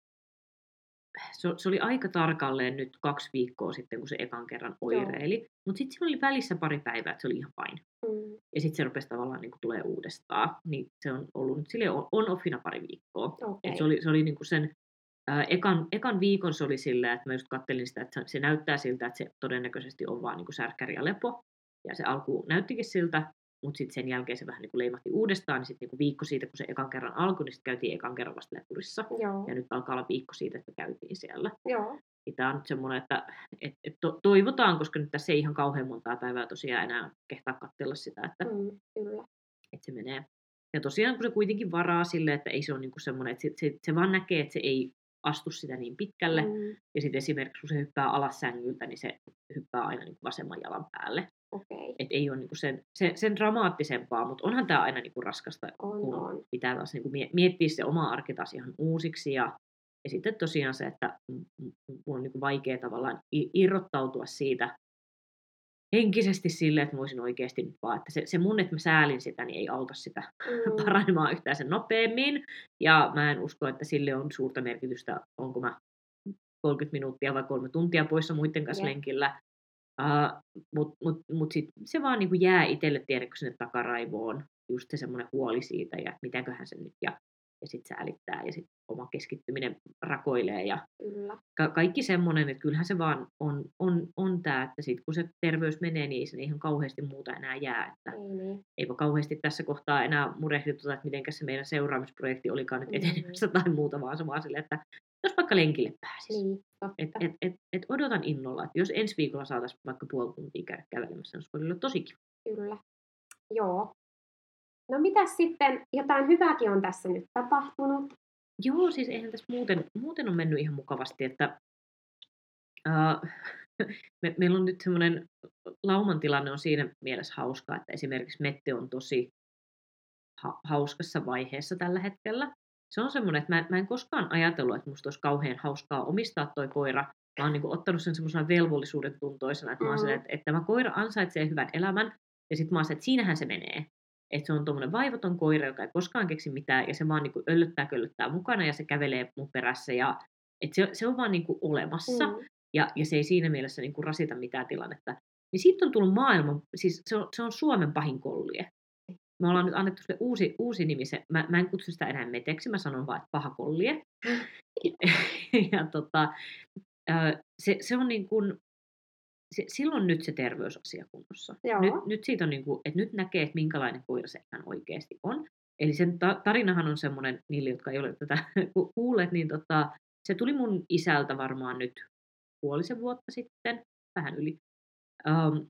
se, se oli aika tarkalleen nyt kaksi viikkoa sitten, kun se ekan kerran oireili. Mutta sitten siinä oli välissä pari päivää, että se oli ihan fine. Mm. Ja sitten se rupesi tavallaan niin kuin tulee uudestaan. Niin se on ollut nyt silleen on-offina pari viikkoa. Okay. Et se oli, se oli niin kuin sen ää, ekan, ekan viikon se oli silleen, että mä just kattelin sitä, että se näyttää siltä, että se todennäköisesti on vaan niin kuin särkkäri ja lepo. Ja se alku näyttikin siltä. Mutta sitten sen jälkeen se vähän niin kuin leimahti uudestaan, niin sitten niin kuin viikko siitä, kun se ekan kerran alkoi, niin sitten käytiin ekan kerran vasta lepurissa. Joo. Ja nyt alkaa olla viikko siitä, että käytiin siellä. Joo. Tämä on nyt semmoinen, että et, et to, toivotaan, koska nyt tässä ei ihan kauhean montaa päivää tosiaan enää kehtaa katsella sitä, että, Mm, kyllä. että se menee. Ja tosiaan, kun se kuitenkin varaa sille, että ei se ole niin kuin semmoinen, että se, se, se vaan näkee, että se ei astu sitä niin pitkälle. Mm. Ja sitten esimerkiksi, kun se hyppää alas sängyltä, niin se hyppää aina niin kuin vasemman jalan päälle. Okay. Että ei ole niinku sen, sen, sen dramaattisempaa, mutta onhan tämä aina niinku raskasta, On, kun on. pitää taas niinku miettiä se oma arki taas ihan uusiksi. Ja, ja sitten tosiaan se, että mun on niinku vaikea tavallaan irrottautua siitä henkisesti sille, että mä voisin oikeasti nyt vaan, että se, se mun, että mä säälin sitä, niin ei auta sitä Mm. paranemaan yhtään sen nopeammin. Ja mä en usko, että sille on suurta merkitystä, onko mä kolmekymmentä minuuttia vai kolme tuntia poissa muiden kanssa Yeah. lenkillä. Uh, Mutta mut, mut sit se vaan niinku jää itselle, tiedätkö, sinne takaraivoon just se semmoinen huoli siitä, ja mitäköhän se nyt, ja, ja sitten säälittää, ja sitten oma keskittyminen rakoilee, ja Kyllä. ka- kaikki semmoinen, että kyllähän se vaan on, on, on tämä, että sit kun se terveys menee, niin ei se ihan kauheasti muuta enää jää, että Ei niin. eipä kauheasti tässä kohtaa enää murehdituta, että miten se meidän seuraamisprojekti olikaan nyt etenemässä mm. tai muuta, vaan se vaan silleen, että jos vaikka lenkille pääsisi. Niin, totta. Et, et, et, et odotan innolla, että jos ensi viikolla saataisiin vaikka puoli tuntia käydä kävelemässä, niin se olisi tosi kiva. Kyllä. Joo. No mitäs sitten, jotain hyvääkin on tässä nyt tapahtunut? Joo, siis eihän tässä muuten, muuten on mennyt ihan mukavasti, että uh, me, meillä on nyt semmoinen lauman tilanne on siinä mielessä hauska, että esimerkiksi Mette on tosi ha- hauskassa vaiheessa tällä hetkellä. Se on semmoinen, että mä, mä en koskaan ajatellut, että musta olisi kauhean hauskaa omistaa toi koira. Mä oon niin kuin ottanut sen semmoisena velvollisuuden tuntoisena, että, mm. mä oon sen, että, että tämä koira ansaitsee hyvän elämän. Ja sitten mä oon sen, että siinähän se menee. että se on tuommoinen vaivaton koira, joka ei koskaan keksi mitään, ja se vaan niin kuin öllöttää, köllöttää mukana, ja se kävelee mun perässä, ja että se, se on vaan niin kuin olemassa, Mm. ja, ja se ei siinä mielessä niin kuin rasita mitään tilannetta. Niin siitä on tullut maailman, siis se on, se on Suomen pahin kollie. Me ollaan nyt annettu sille uusi, uusi nimi, se, mä, mä en kutsu sitä enää meteksi, mä sanon vaan, että paha kollie. ja tota, se, se on niin kuin, se, silloin nyt se terveysasia kunnossa. Nyt, nyt siitä on niin kuin, että nyt näkee, että minkälainen koira se ihan oikeasti on. Eli sen ta- tarinahan on semmoinen, niille, jotka ei ole tätä kuulleet, niin tota, se tuli mun isältä varmaan nyt puolisen vuotta sitten, vähän yli. Um,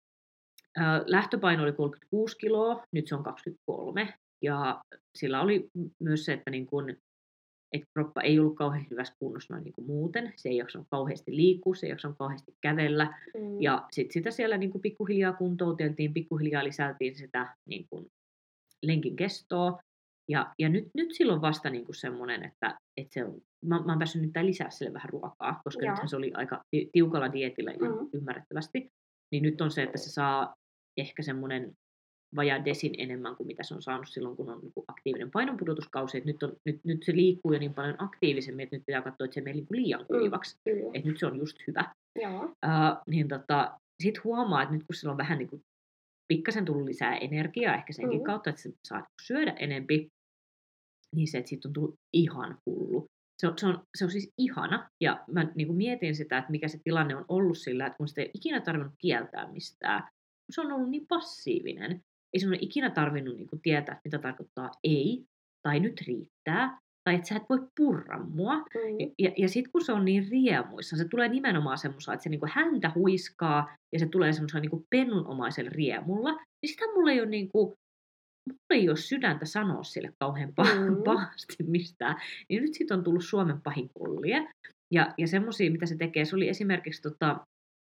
uh, lähtöpaino oli kolmekymmentäkuusi kiloa, nyt se on kaksikymmentäkolme. Ja sillä oli myös se, että, niin kun, että kroppa ei ollut kauhean hyvässä kunnossa noin niin kuin muuten. Se ei jaksanut kauheasti liikkua, se ei jaksanut kauheasti kävellä. Mm. Ja sitten sitä siellä niin kuin pikkuhiljaa kuntouteltiin, pikkuhiljaa lisäiltiin sitä niin kuin lenkin kestoa. Ja, ja nyt, nyt silloin vasta niin kuin semmoinen, että, että se on, mä, mä oon päässyt nyt lisää sille vähän ruokaa, koska nythän se oli aika tiukalla dietillä ihan mm. ymmärrettävästi. Niin nyt on se, että se saa ehkä semmoinen vajaa desin enemmän kuin mitä se on saanut silloin, kun on niin kuin aktiivinen painonpudotuskausi. Et nyt, on, nyt, nyt se liikkuu jo niin paljon aktiivisemmin, että nyt pitää katsoa, että se menee niin liian kuivaksi. Mm. Että nyt se on just hyvä. Uh, niin tota, sitten huomaa, että nyt kun sillä on vähän niin kuin pikkasen tullut lisää energiaa, ehkä senkin mm. kautta, että se saa syödä enempi, niin se, että siitä on tullut ihan hullu. Se on, se on, se on siis ihana, ja mä niin kuin mietin sitä, että mikä se tilanne on ollut sillä, että kun sitä ei ikinä tarvinnut kieltää mistään, se on ollut niin passiivinen. Ei sun ole ikinä tarvinnut niin kuin tietää, mitä tarkoittaa ei, tai nyt riittää, tai että sä et voi purra mua. Mm. Ja, ja sitten kun se on niin riemuissa, se tulee nimenomaan semmoisella, että se niin kuin häntä huiskaa, ja se tulee semmoisella niin kuin pennunomaisella riemulla, niin sitä mulla ei ole, niin kuin, mulla ei ole sydäntä sanoa sille kauhean mm. pahasti mistään. Niin nyt siitä on tullut Suomen pahin kollie. Ja, ja semmoisia, mitä se tekee, se oli esimerkiksi tota,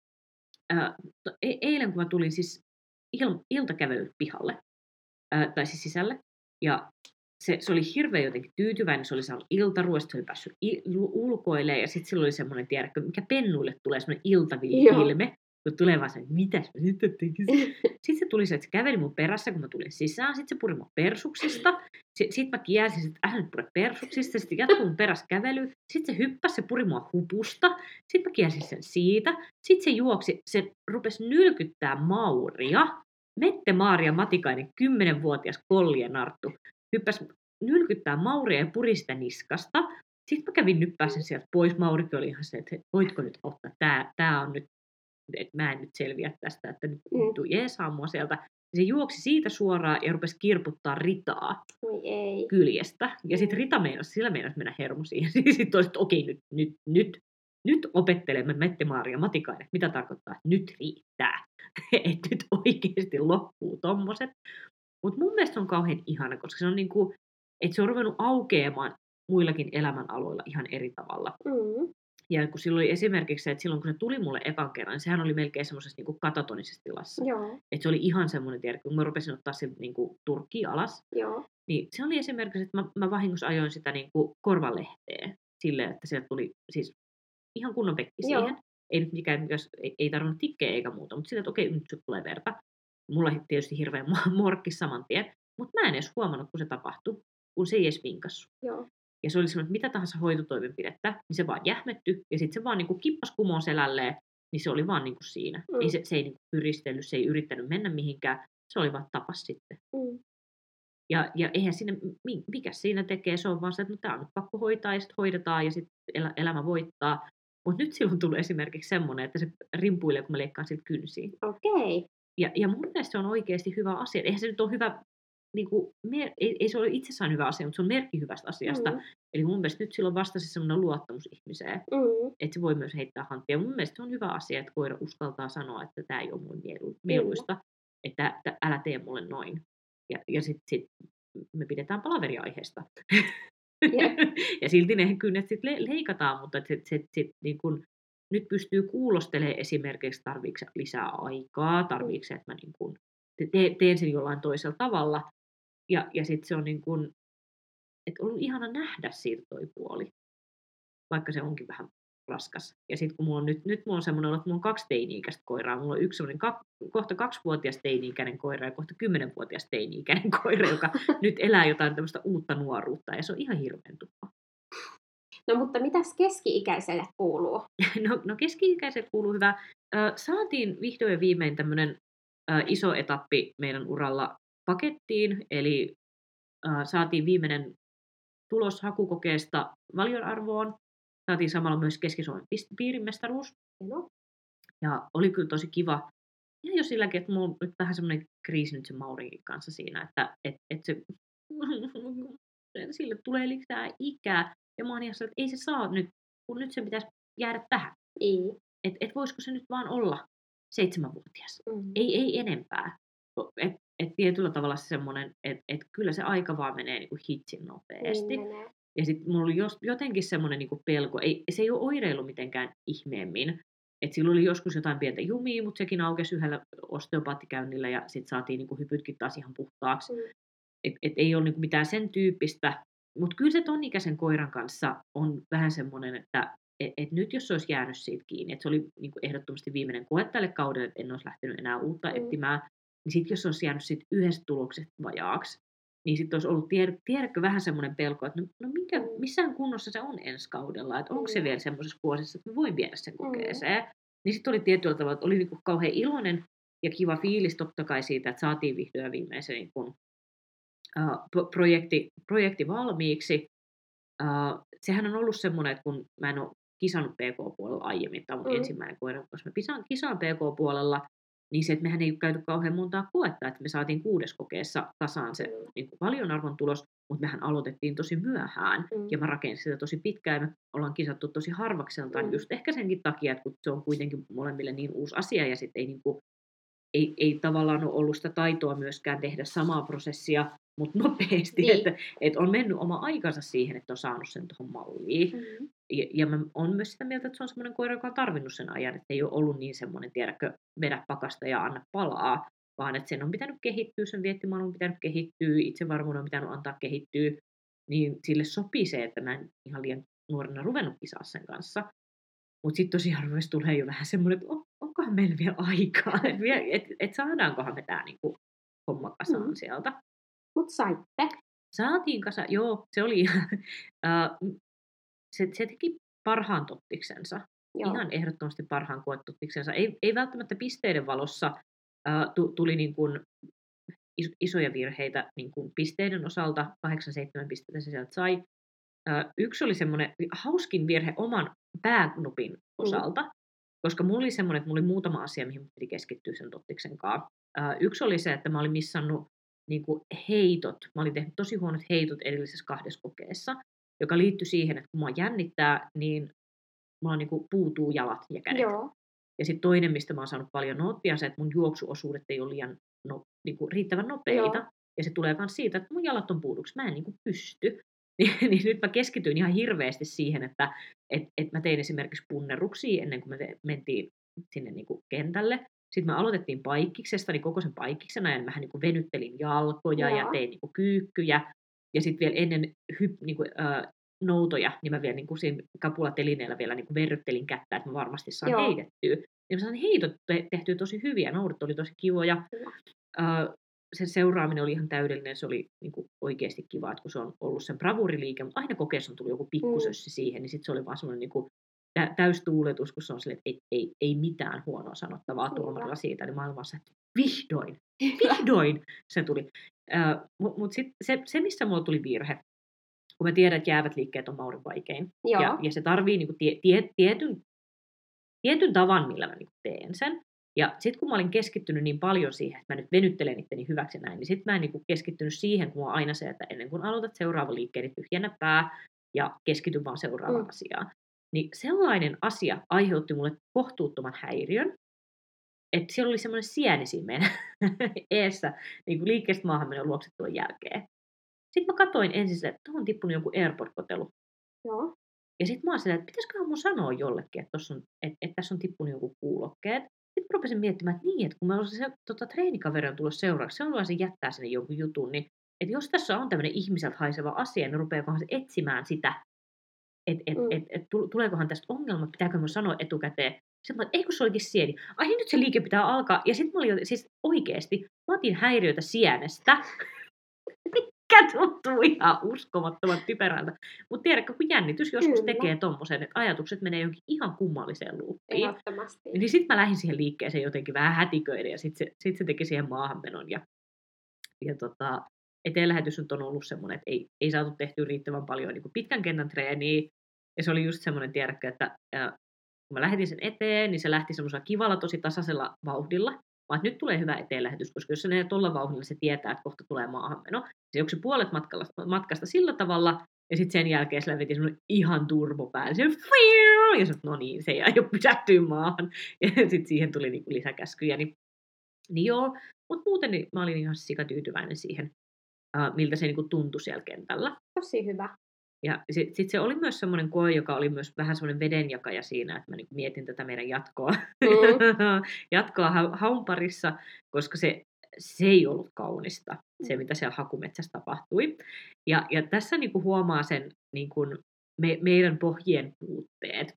ää, e- eilen, kun mä tulin siis il, iltakävelyt pihalle, ää, tai siis sisälle, ja se, se oli hirveän jotenkin tyytyväinen, se oli saanut iltaruoasta, se oli päässyt il, ulkoilemaan, ja sitten sillä oli semmoinen, tiedätkö, mikä pennuille tulee semmoinen iltavilme, kun tulee vaan se, mitäs mä nyt tekisin. Sitten se tuli se, että se käveli mun perässä, kun mä tulin sisään, sitten se puri mun persuksista, sitten mä kielsin, että älä nyt pure persuksista, sitten jatkui mun perässä kävely, sitten se hyppäsi, se puri mua hupusta, sitten mä kielsin sen siitä, sitten se juoksi, se rupesi nylkyttää Mauria, Mette-Maaria Matikainen, kymmenvuotias kollienarttu, hyppäsi nylkyttää Mauria ja puri sitä niskasta. Sitten mä kävin nyppää sen sieltä pois. Maurikin oli ihan se, että voitko nyt auttaa, tää, tää on nyt, että mä en nyt selviä tästä, että nyt mm. tuu jeesaa mua sieltä. Se juoksi siitä suoraan ja rupesi kirputtaa Ritaa Oi ei. kyljestä. Ja sitten Rita meinasi, sillä meinasi mennä hermo siihen. Sitten toiset, että okei, nyt, nyt, nyt, nyt opettelemme Mette-Maaria Matikainen, mitä tarkoittaa, että nyt riittää. Että nyt oikeasti loppuu tommoset. Mutta mun mielestä se on kauhean ihana, koska se on niinku, että se on ruvennut aukeamaan muillakin elämänaloilla ihan eri tavalla. Mm. Ja kun silloin oli esimerkiksi se, että silloin kun se tuli mulle ekan kerran, niin sehän oli melkein semmoisessa niinku katatonisessa tilassa. Joo. Että se oli ihan semmoinen, tiedä, kun mä rupesin ottaa sen niinku turkkiin alas, Joo. niin se oli esimerkiksi, että mä, mä vahingossa ajoin sitä niinku korvalehteen silleen, että sieltä tuli siis ihan kunnon pekki siihen. Joo. Ei nyt mikään, ei, ei tarvinnut tikkejä eikä muuta, mutta silleen, että okei, nyt nyt tulee verta. Mulla tietysti hirveän morkki saman tien, mutta mä en edes huomannut, kun se tapahtui, kun se ei edes vinkassu. Joo. Ja se oli semmoinen, että mitä tahansa hoitotoimenpidettä, niin se vaan jähmetty, ja sitten se vaan niin kippasi kumoon selälleen, niin se oli vaan niin kuin siinä. Mm. Ei se, se ei niin pyristellyt, se ei yrittänyt mennä mihinkään, se oli vaan tapas sitten. Mm. Ja, ja eihän siinä, mikä siinä tekee, se on vaan se, että no tää on nyt pakko hoitaa, ja sitten hoidetaan, ja sitten elä, elämä voittaa. Mutta nyt silloin tulee esimerkiksi semmoinen, että se rimpuilee, kun mä leikkaan siltä kynsiin. Okei. Okay. Ja, ja mun mielestä se on oikeasti hyvä asia. Eihän se nyt ole hyvä, niin kuin, mer- ei, ei se ole itsessään hyvä asia, mutta se on merkki hyvästä asiasta. Mm. Eli mun mielestä nyt silloin vastasi semmoinen luottamus ihmiseen, mm. että se voi myös heittää hanttia. Mun mielestä se on hyvä asia, että koira uskaltaa sanoa, että tämä ei ole mun mielu- mieluista, mm. että, että älä tee mulle noin. Ja, ja sitten sit me pidetään palaveria aiheesta. Yeah. Ja silti ne kynnet sitten le- leikataan, mutta se, se, se, niin kun, nyt pystyy kuulostelemaan esimerkiksi, tarviiko lisää aikaa, tarviiko se, että mä niin kun te- teen sen jollain toisella tavalla. Ja, ja sitten se on niin kun, että on ollut ihana nähdä siitä toi puoli, vaikka se onkin vähän raskas. Ja sitten kun mulla on nyt, nyt mulla on semmoinen olo, että mulla on kaksi teini-ikäistä koiraa. Mulla on yksi semmoinen ka, kohta kaksivuotias teini-ikäinen koira ja kohta kymmenenvuotias teini-ikäinen koira, joka nyt elää jotain tämmöistä uutta nuoruutta. Ja se on ihan hirveän tuppa. No mutta mitäs keski-ikäiselle kuuluu? No, no keski-ikäiselle kuuluu hyvä. Ö, saatiin vihdoin ja viimein tämmöinen ö, iso etappi meidän uralla pakettiin. Eli ö, saatiin viimeinen tulos hakukokeesta valionarvoon. Saatiin samalla myös Keski-Suomen piirimestaruus. No. Ja oli kyllä tosi kiva. Ja jo silläkin, että mulla on nyt vähän semmoinen kriisi nyt sen Maurinkin kanssa siinä, että et, et se, sille tulee lisää ikää. Ja mä oon ihan että ei se saa nyt, kun nyt sen pitäisi jäädä tähän. Ei. Että et voisiko se nyt vaan olla seitsemänvuotias. Mm. Ei, ei enempää. Et, et tietyllä tavalla semmoinen, että et kyllä se aika vaan menee niinku hitsin nopeasti. Niin ja sitten mulla oli jos, jotenkin semmoinen niinku pelko. Ei, se ei ole oireillut mitenkään ihmeemmin. Et silloin oli joskus jotain pientä jumia, mutta sekin aukesi yhdellä osteopaattikäynnillä ja sitten saatiin niinku hypytkin taas ihan puhtaaksi. Mm. Et, et ei ole niinku mitään sen tyyppistä. Mutta kyllä se ton ikäisen koiran kanssa on vähän semmoinen, että et, et nyt jos se olisi jäänyt siitä kiinni, että se oli niinku ehdottomasti viimeinen koe tälle kaudelle, että en olisi lähtenyt enää uutta mm. etsimään, niin sitten jos se olisi jäänyt siitä yhdestä tuloksesta vajaaksi, niin sitten olisi ollut, tiedä, tiedätkö, vähän semmoinen pelko, että no, no minkä, missään kunnossa se on ensi kaudella, että onko se vielä semmoisessa kuosissa, että mä voin viedä sen kokeeseen. Mm. Niin sitten oli tietyllä tavalla, että oli niinku kauhean iloinen ja kiva fiilis totta kai siitä, että saatiin vihdoin ja viimein se niin kun, uh, projekti, projekti valmiiksi. Uh, sehän on ollut semmoinen, että kun mä en ole kisannut P K-puolella aiemmin, tämä on mun mm. ensimmäinen koira, koska mä pisaan, kisaan P K-puolella, niin se, että mehän ei käyty kauhean montaa koetta, että me saatiin kuudes kokeessa kasaan se mm. niin kuin valionarvon tulos, mutta mehän aloitettiin tosi myöhään, mm. ja mä rakensin sitä tosi pitkään, ja me ollaan kisattu tosi harvakseltaan, mm. just ehkä senkin takia, että kun se on kuitenkin molemmille niin uusi asia, ja sitten ei, niin kuin, ei, ei tavallaan ole ollut sitä taitoa myöskään tehdä samaa prosessia, mutta nopeasti, niin. että, että on mennyt oma aikansa siihen, että on saanut sen tuohon malliin. Mm-hmm. Ja, ja mä oon myös sitä mieltä, että se on semmoinen koira, joka on tarvinnut sen ajan, että ei ole ollut niin semmoinen, tiedäkö, vedä pakasta ja anna palaa, vaan että sen on pitänyt kehittyä, sen viettimaan on pitänyt kehittyä, itsevarmuuden on pitänyt antaa kehittyä, niin sille sopii se, että mä en ihan liian nuorena ruvennut kisaa sen kanssa. Mutta sitten tosiaan ruvesi tulee jo vähän semmoinen, että on, onkohan meillä vielä aikaa, että et, et saadaankohan me tämä niinku homma kasaan mm. sieltä. Mut saitte. Saatiin kasa, joo, se oli uh, se, se teki parhaan tottiksensa. Joo. Ihan ehdottomasti parhaan koetuttiksensa. Ei, ei välttämättä pisteiden valossa uh, tuli niin kuin is, isoja virheitä niin kuin pisteiden osalta. kahdeksan seitsemän pistettä se sieltä sai. Uh, yksi oli semmoinen hauskin virhe oman pääknupin osalta, mm. koska mulla oli semmoinen, että mulla oli muutama asia, mihin piti keskittyä sen tottiksen kanssa. Uh, yksi oli se, että mä olin missannut niin kuin heitot. Mä olin tehnyt tosi huonot heitot edellisessä kahdessa kokeessa, joka liittyi siihen, että kun mua jännittää, niin mulla niin kuin puutuu jalat ja kädet. Joo. Ja sitten toinen, mistä mä oon saanut paljon noottia, se, että mun juoksuosuudet ei ole liian no, niin kuin riittävän nopeita. Joo. Ja se tulee myös siitä, että mun jalat on puuduksi. Mä en niin kuin pysty. niin nyt mä keskityin ihan hirveästi siihen, että et, et mä tein esimerkiksi punnerruksia ennen kuin me te- mentiin sinne niin kuin kentälle. Sitten me aloitettiin paikkiksesta, niin koko sen paikkiksena, ja mähän niin kuin venyttelin jalkoja ja, ja tein niin kuin kyykkyjä. Ja sitten vielä ennen hyp, niin kuin, äh, noutoja, niin mä vielä niin kuin siinä kapulatelineellä vielä niin kuin verryttelin kättä, että mä varmasti saan Joo. heitettyä. Ja mä saan heitot tehtyä tosi hyviä, noudot oli tosi kivoja. Äh, sen seuraaminen oli ihan täydellinen, se oli niin kuin oikeasti kiva, että kun se on ollut sen bravuriliike, mutta aina kokeessa on tullut joku pikkusössi mm. siihen, niin sitten se oli vaan semmoinen niin kuin täystuuletus, kun se on silleen, että ei, ei, ei mitään huonoa sanottavaa tuomarilla siitä, niin mä olin vaan se, että vihdoin, vihdoin se tuli. Uh, Mutta mut sitten se, se, missä mulla tuli virhe, kun mä tiedän, että jäävät liikkeet on Maurin vaikein, ja, ja se tarvii niinku tie, tie, tietyn, tietyn tavan, millä mä niinku teen sen. Ja sitten kun mä olin keskittynyt niin paljon siihen, että mä nyt venyttelen itteni hyväksi näin, niin sitten mä en niinku keskittynyt siihen, kun mä aina se, että ennen kuin aloitat seuraava liikkeen, niin tyhjennä pää ja keskity vaan seuraavaan mm. asiaan. Niin sellainen asia aiheutti mulle kohtuuttoman häiriön, että siellä oli semmoinen sieni siinä meidän eessä niin kuin liikkeestä maahanmenon luoksettuun jälkeen. Sitten mä katsoin ensin, että tuohon on tippunut joku AirPod-kotelu. Joo. Ja sitten mä oon silleen, että pitäisiköhän mun sanoa jollekin, että, on, että, että tässä on tippunut joku kuulokkeet. Sitten mä rupesin miettimään, että niin, että kun mä olisin se tota, treenikaveri on tullut seuraavaksi, se on vaan se jättää sinne jonkun jutun, niin että jos tässä on tämmöinen ihmiseltä haiseva asia, niin rupeakohan se etsimään sitä, että et, Mm. et, et, tuleekohan tästä ongelma, pitääkö mun sanoa etukäteen. Sitten mä, että ei kun se olikin sieni. Ai nyt se liike pitää alkaa. Ja sitten mä olin siis oikeesti, mä otin häiriötä sienestä. Mikä tuntuu ihan uskomattoman typerältä. Mutta tiedätkö, kun jännitys joskus Kyllä. tekee tommosen, että ajatukset menee johonkin ihan kummalliseen luuppiin. Ehdottomasti. Niin sitten mä lähdin siihen liikkeeseen jotenkin vähän hätiköiden ja sitten se, sit se teki siihen maahanmenon. Ja, ja tota, eteenlähetys nyt on ollut semmoinen, että ei, ei saatu tehtyä riittävän paljon niin kuin pitkän kentän treeniä. Ja se oli just semmoinen, tiedätkö, että ää, kun mä lähetin sen eteen, niin se lähti semmoisella kivalla, tosi tasaisella vauhdilla. Vaan nyt tulee hyvä eteenlähetys, koska jos se menee tuolla vauhdilla, se tietää, että kohta tulee maahanmeno. Se juoksi puolet matkalla, matkasta sillä tavalla, ja sitten sen jälkeen se veti semmoinen ihan turbo päälle. Se, ja se, no niin, se ei aio pysähtyä maahan. Ja sitten siihen tuli niinku lisäkäskyjä. Niin, niin joo, mutta muuten niin mä olin ihan sikatyytyväinen siihen, uh, miltä se niinku tuntui siellä kentällä. Tosi hyvä. Ja sitten sit se oli myös semmoinen koe, joka oli myös vähän semmoinen vedenjakaja siinä, että mä niinku mietin tätä meidän jatkoa, mm. jatkoa ha- haun parissa, koska se, se ei ollut kaunista, se mitä siellä hakumetsässä tapahtui. Ja, ja tässä niinku huomaa sen niinku me, meidän pohjien puutteet.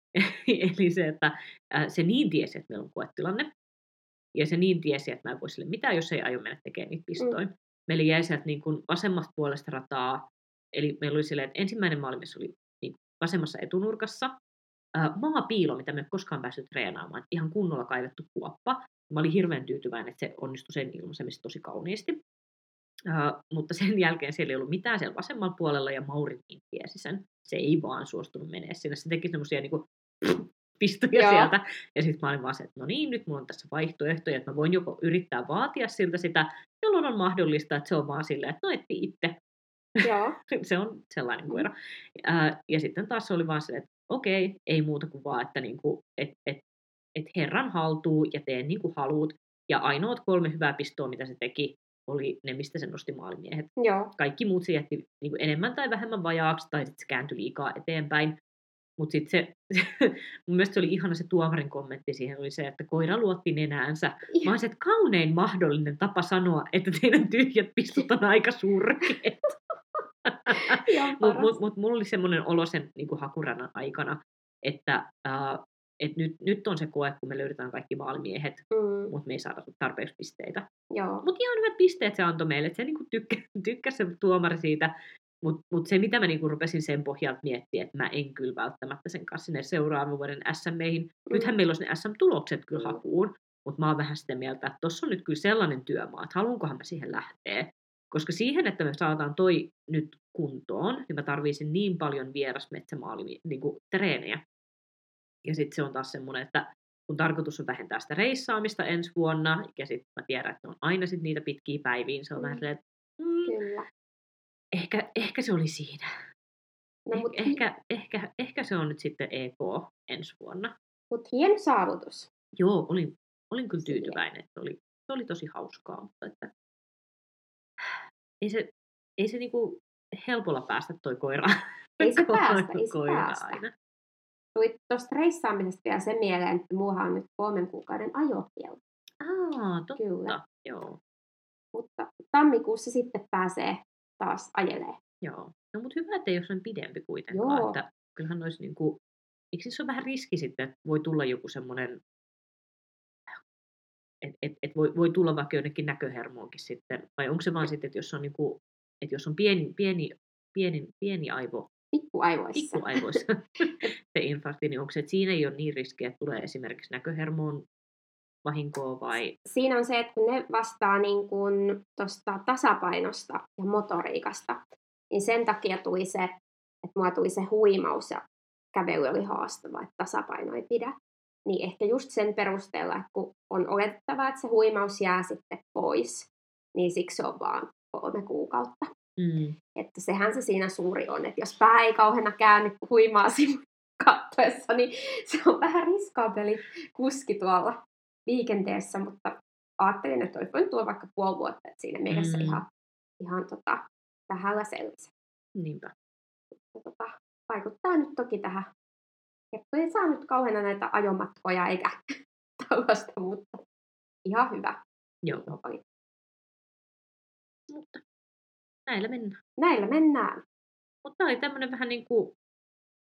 Eli se, että äh, se niin tiesi, että meillä on koetilanne, ja se niin tiesi, että mä en voi sille mitään, jos ei aio mennä tekemään niitä pistoja. Mm. Meillä jäi sieltä niinku vasemmasta puolesta rataa. Eli meillä oli silleen, että ensimmäinen maali, missä oli niin vasemmassa etunurkassa, ää, maapiilo, mitä me ei koskaan päässyt treenaamaan. Ihan kunnolla kaivettu kuoppa. Mä olin hirveän tyytyväinen, että se onnistui sen ilmaisemista tosi kauniisti. Ää, mutta sen jälkeen siellä ei ollut mitään siellä vasemmalla puolella, ja Mauri niin tiesi sen. Se ei vaan suostunut menee sinne. Se teki semmoisia niin kuin pistoja Joo. sieltä. Ja sitten mä olin vaan se, että no niin, nyt mulla on tässä vaihtoehtoja, että mä voin joko yrittää vaatia siltä sitä, jolloin on mahdollista, että se on vaan silleen, että no etti itse. Joo. Se on sellainen koira. Ää, ja sitten taas oli vaan se, että okei, ei muuta kuin vaan, että niinku, et, et, et herran haltuu ja tee niin kuin haluut. Ja ainoat kolme hyvää pistoa, mitä se teki, oli ne, mistä se nosti maalimiehet. Joo. Kaikki muut se jätti niinku enemmän tai vähemmän vajaaksi, tai sitten se kääntyi liikaa eteenpäin. Mutta sitten se, mun mielestä se oli ihana se tuomarin kommentti siihen, oli se, että koira luotti nenäänsä. Mä olisin, että kaunein mahdollinen tapa sanoa, että teidän tyhjät pistot on aika surkeet. Mutta mut, mut, mulla oli semmoinen olo sen niin kuin hakurannan aikana, että äh, et nyt, nyt on se koe, kun me löydetään kaikki maalimiehet, mm. mutta me ei saada tarpeeksi pisteitä. Mutta ihan hyvät pisteet se antoi meille, että se niin tykkä, tykkäsi se tuomari siitä. Mutta mut se, mitä mä niinku rupesin sen pohjalta miettimään, että mä en kyllä välttämättä sen kanssa sinne seuraavan vuoden S M-meihin. Mm. Nythän meillä olisi ne S M-tulokset kyllä mm. hakuun, mutta mä oon vähän sitä mieltä, että tossa on nyt kyllä sellainen työmaa, että haluankohan mä siihen lähteä. Koska siihen, että me saadaan toi nyt kuntoon, niin mä tarviisin niin paljon vierasmetsämaali niinku treenejä. Ja sitten se on taas semmoinen, että kun tarkoitus on vähentää sitä reissaamista ensi vuonna, ja sitten mä tiedän, että on aina sit niitä pitkiä päiviä, niin se on mm. vähän silleen, että mm, kyllä. Ehkä, ehkä se oli siinä. No, eh, mut... ehkä, ehkä, ehkä se on nyt sitten E K ensi vuonna. Mutta hieno saavutus. Joo, olin, olin kyllä tyytyväinen. Että oli, se oli tosi hauskaa, mutta että ei se, ei se niinku helpolla päästä toi koira. Ei se päästä, ei se koira päästä. Aina. Tuli tuosta reissaamisesta vielä sen mieleen, että muuhan on nyt kolmen kuukauden ajokielto. Aa, totta. Kyllä. Joo. Mutta tammikuussa sitten pääsee taas ajelee. Joo. No mutta hyvä, että ei ole sen pidempi kuitenkaan. Joo. Että kyllähän olisi niinku, eikö se ole vähän riski sitten, että voi tulla joku semmoinen, että et, et voi, voi tulla vaikka jonnekin näköhermoonkin sitten. Vai onko se vaan sitten, että jos on, niinku, että jos on pieni, pieni, pieni, pieni aivo, pikkuaivoissa, pikkuaivoissa se infarkti, niin onko se, että siinä ei ole niin riskiä, että tulee esimerkiksi näköhermoon vahinkoa vai? Siinä on se, että kun ne vastaa niin kuin tuosta tasapainosta ja motoriikasta, niin sen takia tuli se, että mulla tuli se huimaus ja kävely oli haastava, että tasapaino ei pidä. Niin ehkä just sen perusteella, että kun on oletettavaa, että se huimaus jää sitten pois, niin siksi se on vaan kolme kuukautta. Mm. Että sehän se siinä suuri on, että jos pää ei kauheena käänny huimaa kattoessa, niin se on vähän riskaapeli kuski tuolla liikenteessä, mutta ajattelin, että olisi voinut tulla vaikka puoli vuotta, että siinä mielessä mm. ihan, ihan tota, vähällä selvisi. Niinpä. Tota, vaikuttaa nyt toki tähän. Ei saa nyt kauheena näitä ajomatkoja eikä tällaista, mutta ihan hyvä. Joo. Mutta näillä mennään. Näillä mennään. Mutta tämä oli tämmöinen vähän niin kuin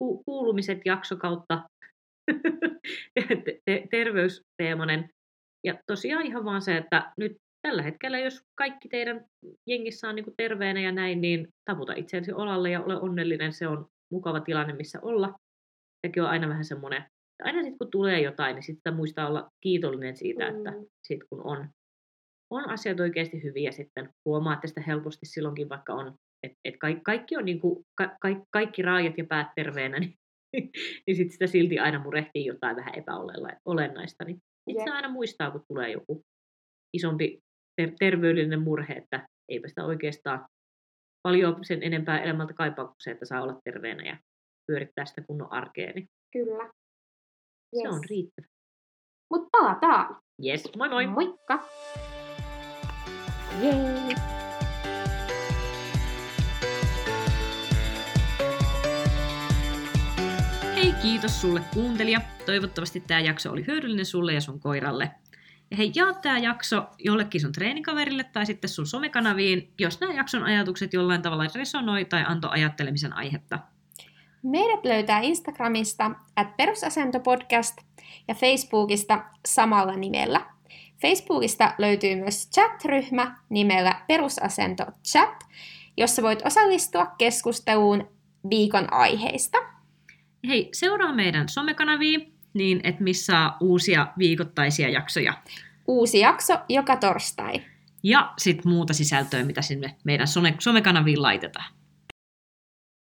ku, kuulumiset jakso kautta te, terveysteemainen. Ja tosiaan ihan vaan se, että nyt tällä hetkellä, jos kaikki teidän jengissä on niin kuin terveenä ja näin, niin taputa itseäsi olalle ja ole onnellinen. Se on mukava tilanne, missä olla. Sekin on aina vähän semmoinen, aina sitten kun tulee jotain, niin sitten muistaa olla kiitollinen siitä, mm. että sitten kun on, on asiat oikeasti hyviä, sitten huomaatte sitä helposti silloinkin, vaikka on, että et kaikki, kaikki on niin kuin, ka, ka, kaikki raajat ja päät terveenä, niin, niin sitten sitä silti aina murehtii jotain vähän epäolennaista. Niin sitten yeah. aina muistaa, kun tulee joku isompi ter- terveydellinen murhe, että eipä sitä oikeastaan paljon sen enempää elämältä kaipaa kuin se, että saa olla terveenä ja pyörittää sitä kunnon arkea. Niin kyllä. Yes. Se on riittävä. Mut palataan. Jes, moi moi! Moikka! Jee! Hei, kiitos sulle kuuntelija. Toivottavasti tämä jakso oli hyödyllinen sulle ja sun koiralle. Ja hei, jaa tämä jakso jollekin sun treenikaverille tai sitten sun somekanaviin, jos nämä jakson ajatukset jollain tavalla resonoi tai antoi ajattelemisen aihetta. Meidät löytää Instagramista at perusasentopodcast ja Facebookista samalla nimellä. Facebookista löytyy myös chat-ryhmä nimellä Perusasento Chat, jossa voit osallistua keskusteluun viikon aiheista. Hei, seuraa meidän somekanavia niin, että missä uusia viikoittaisia jaksoja. Uusi jakso joka torstai. Ja sitten muuta sisältöä, mitä sinne meidän somekanaviin laitetaan.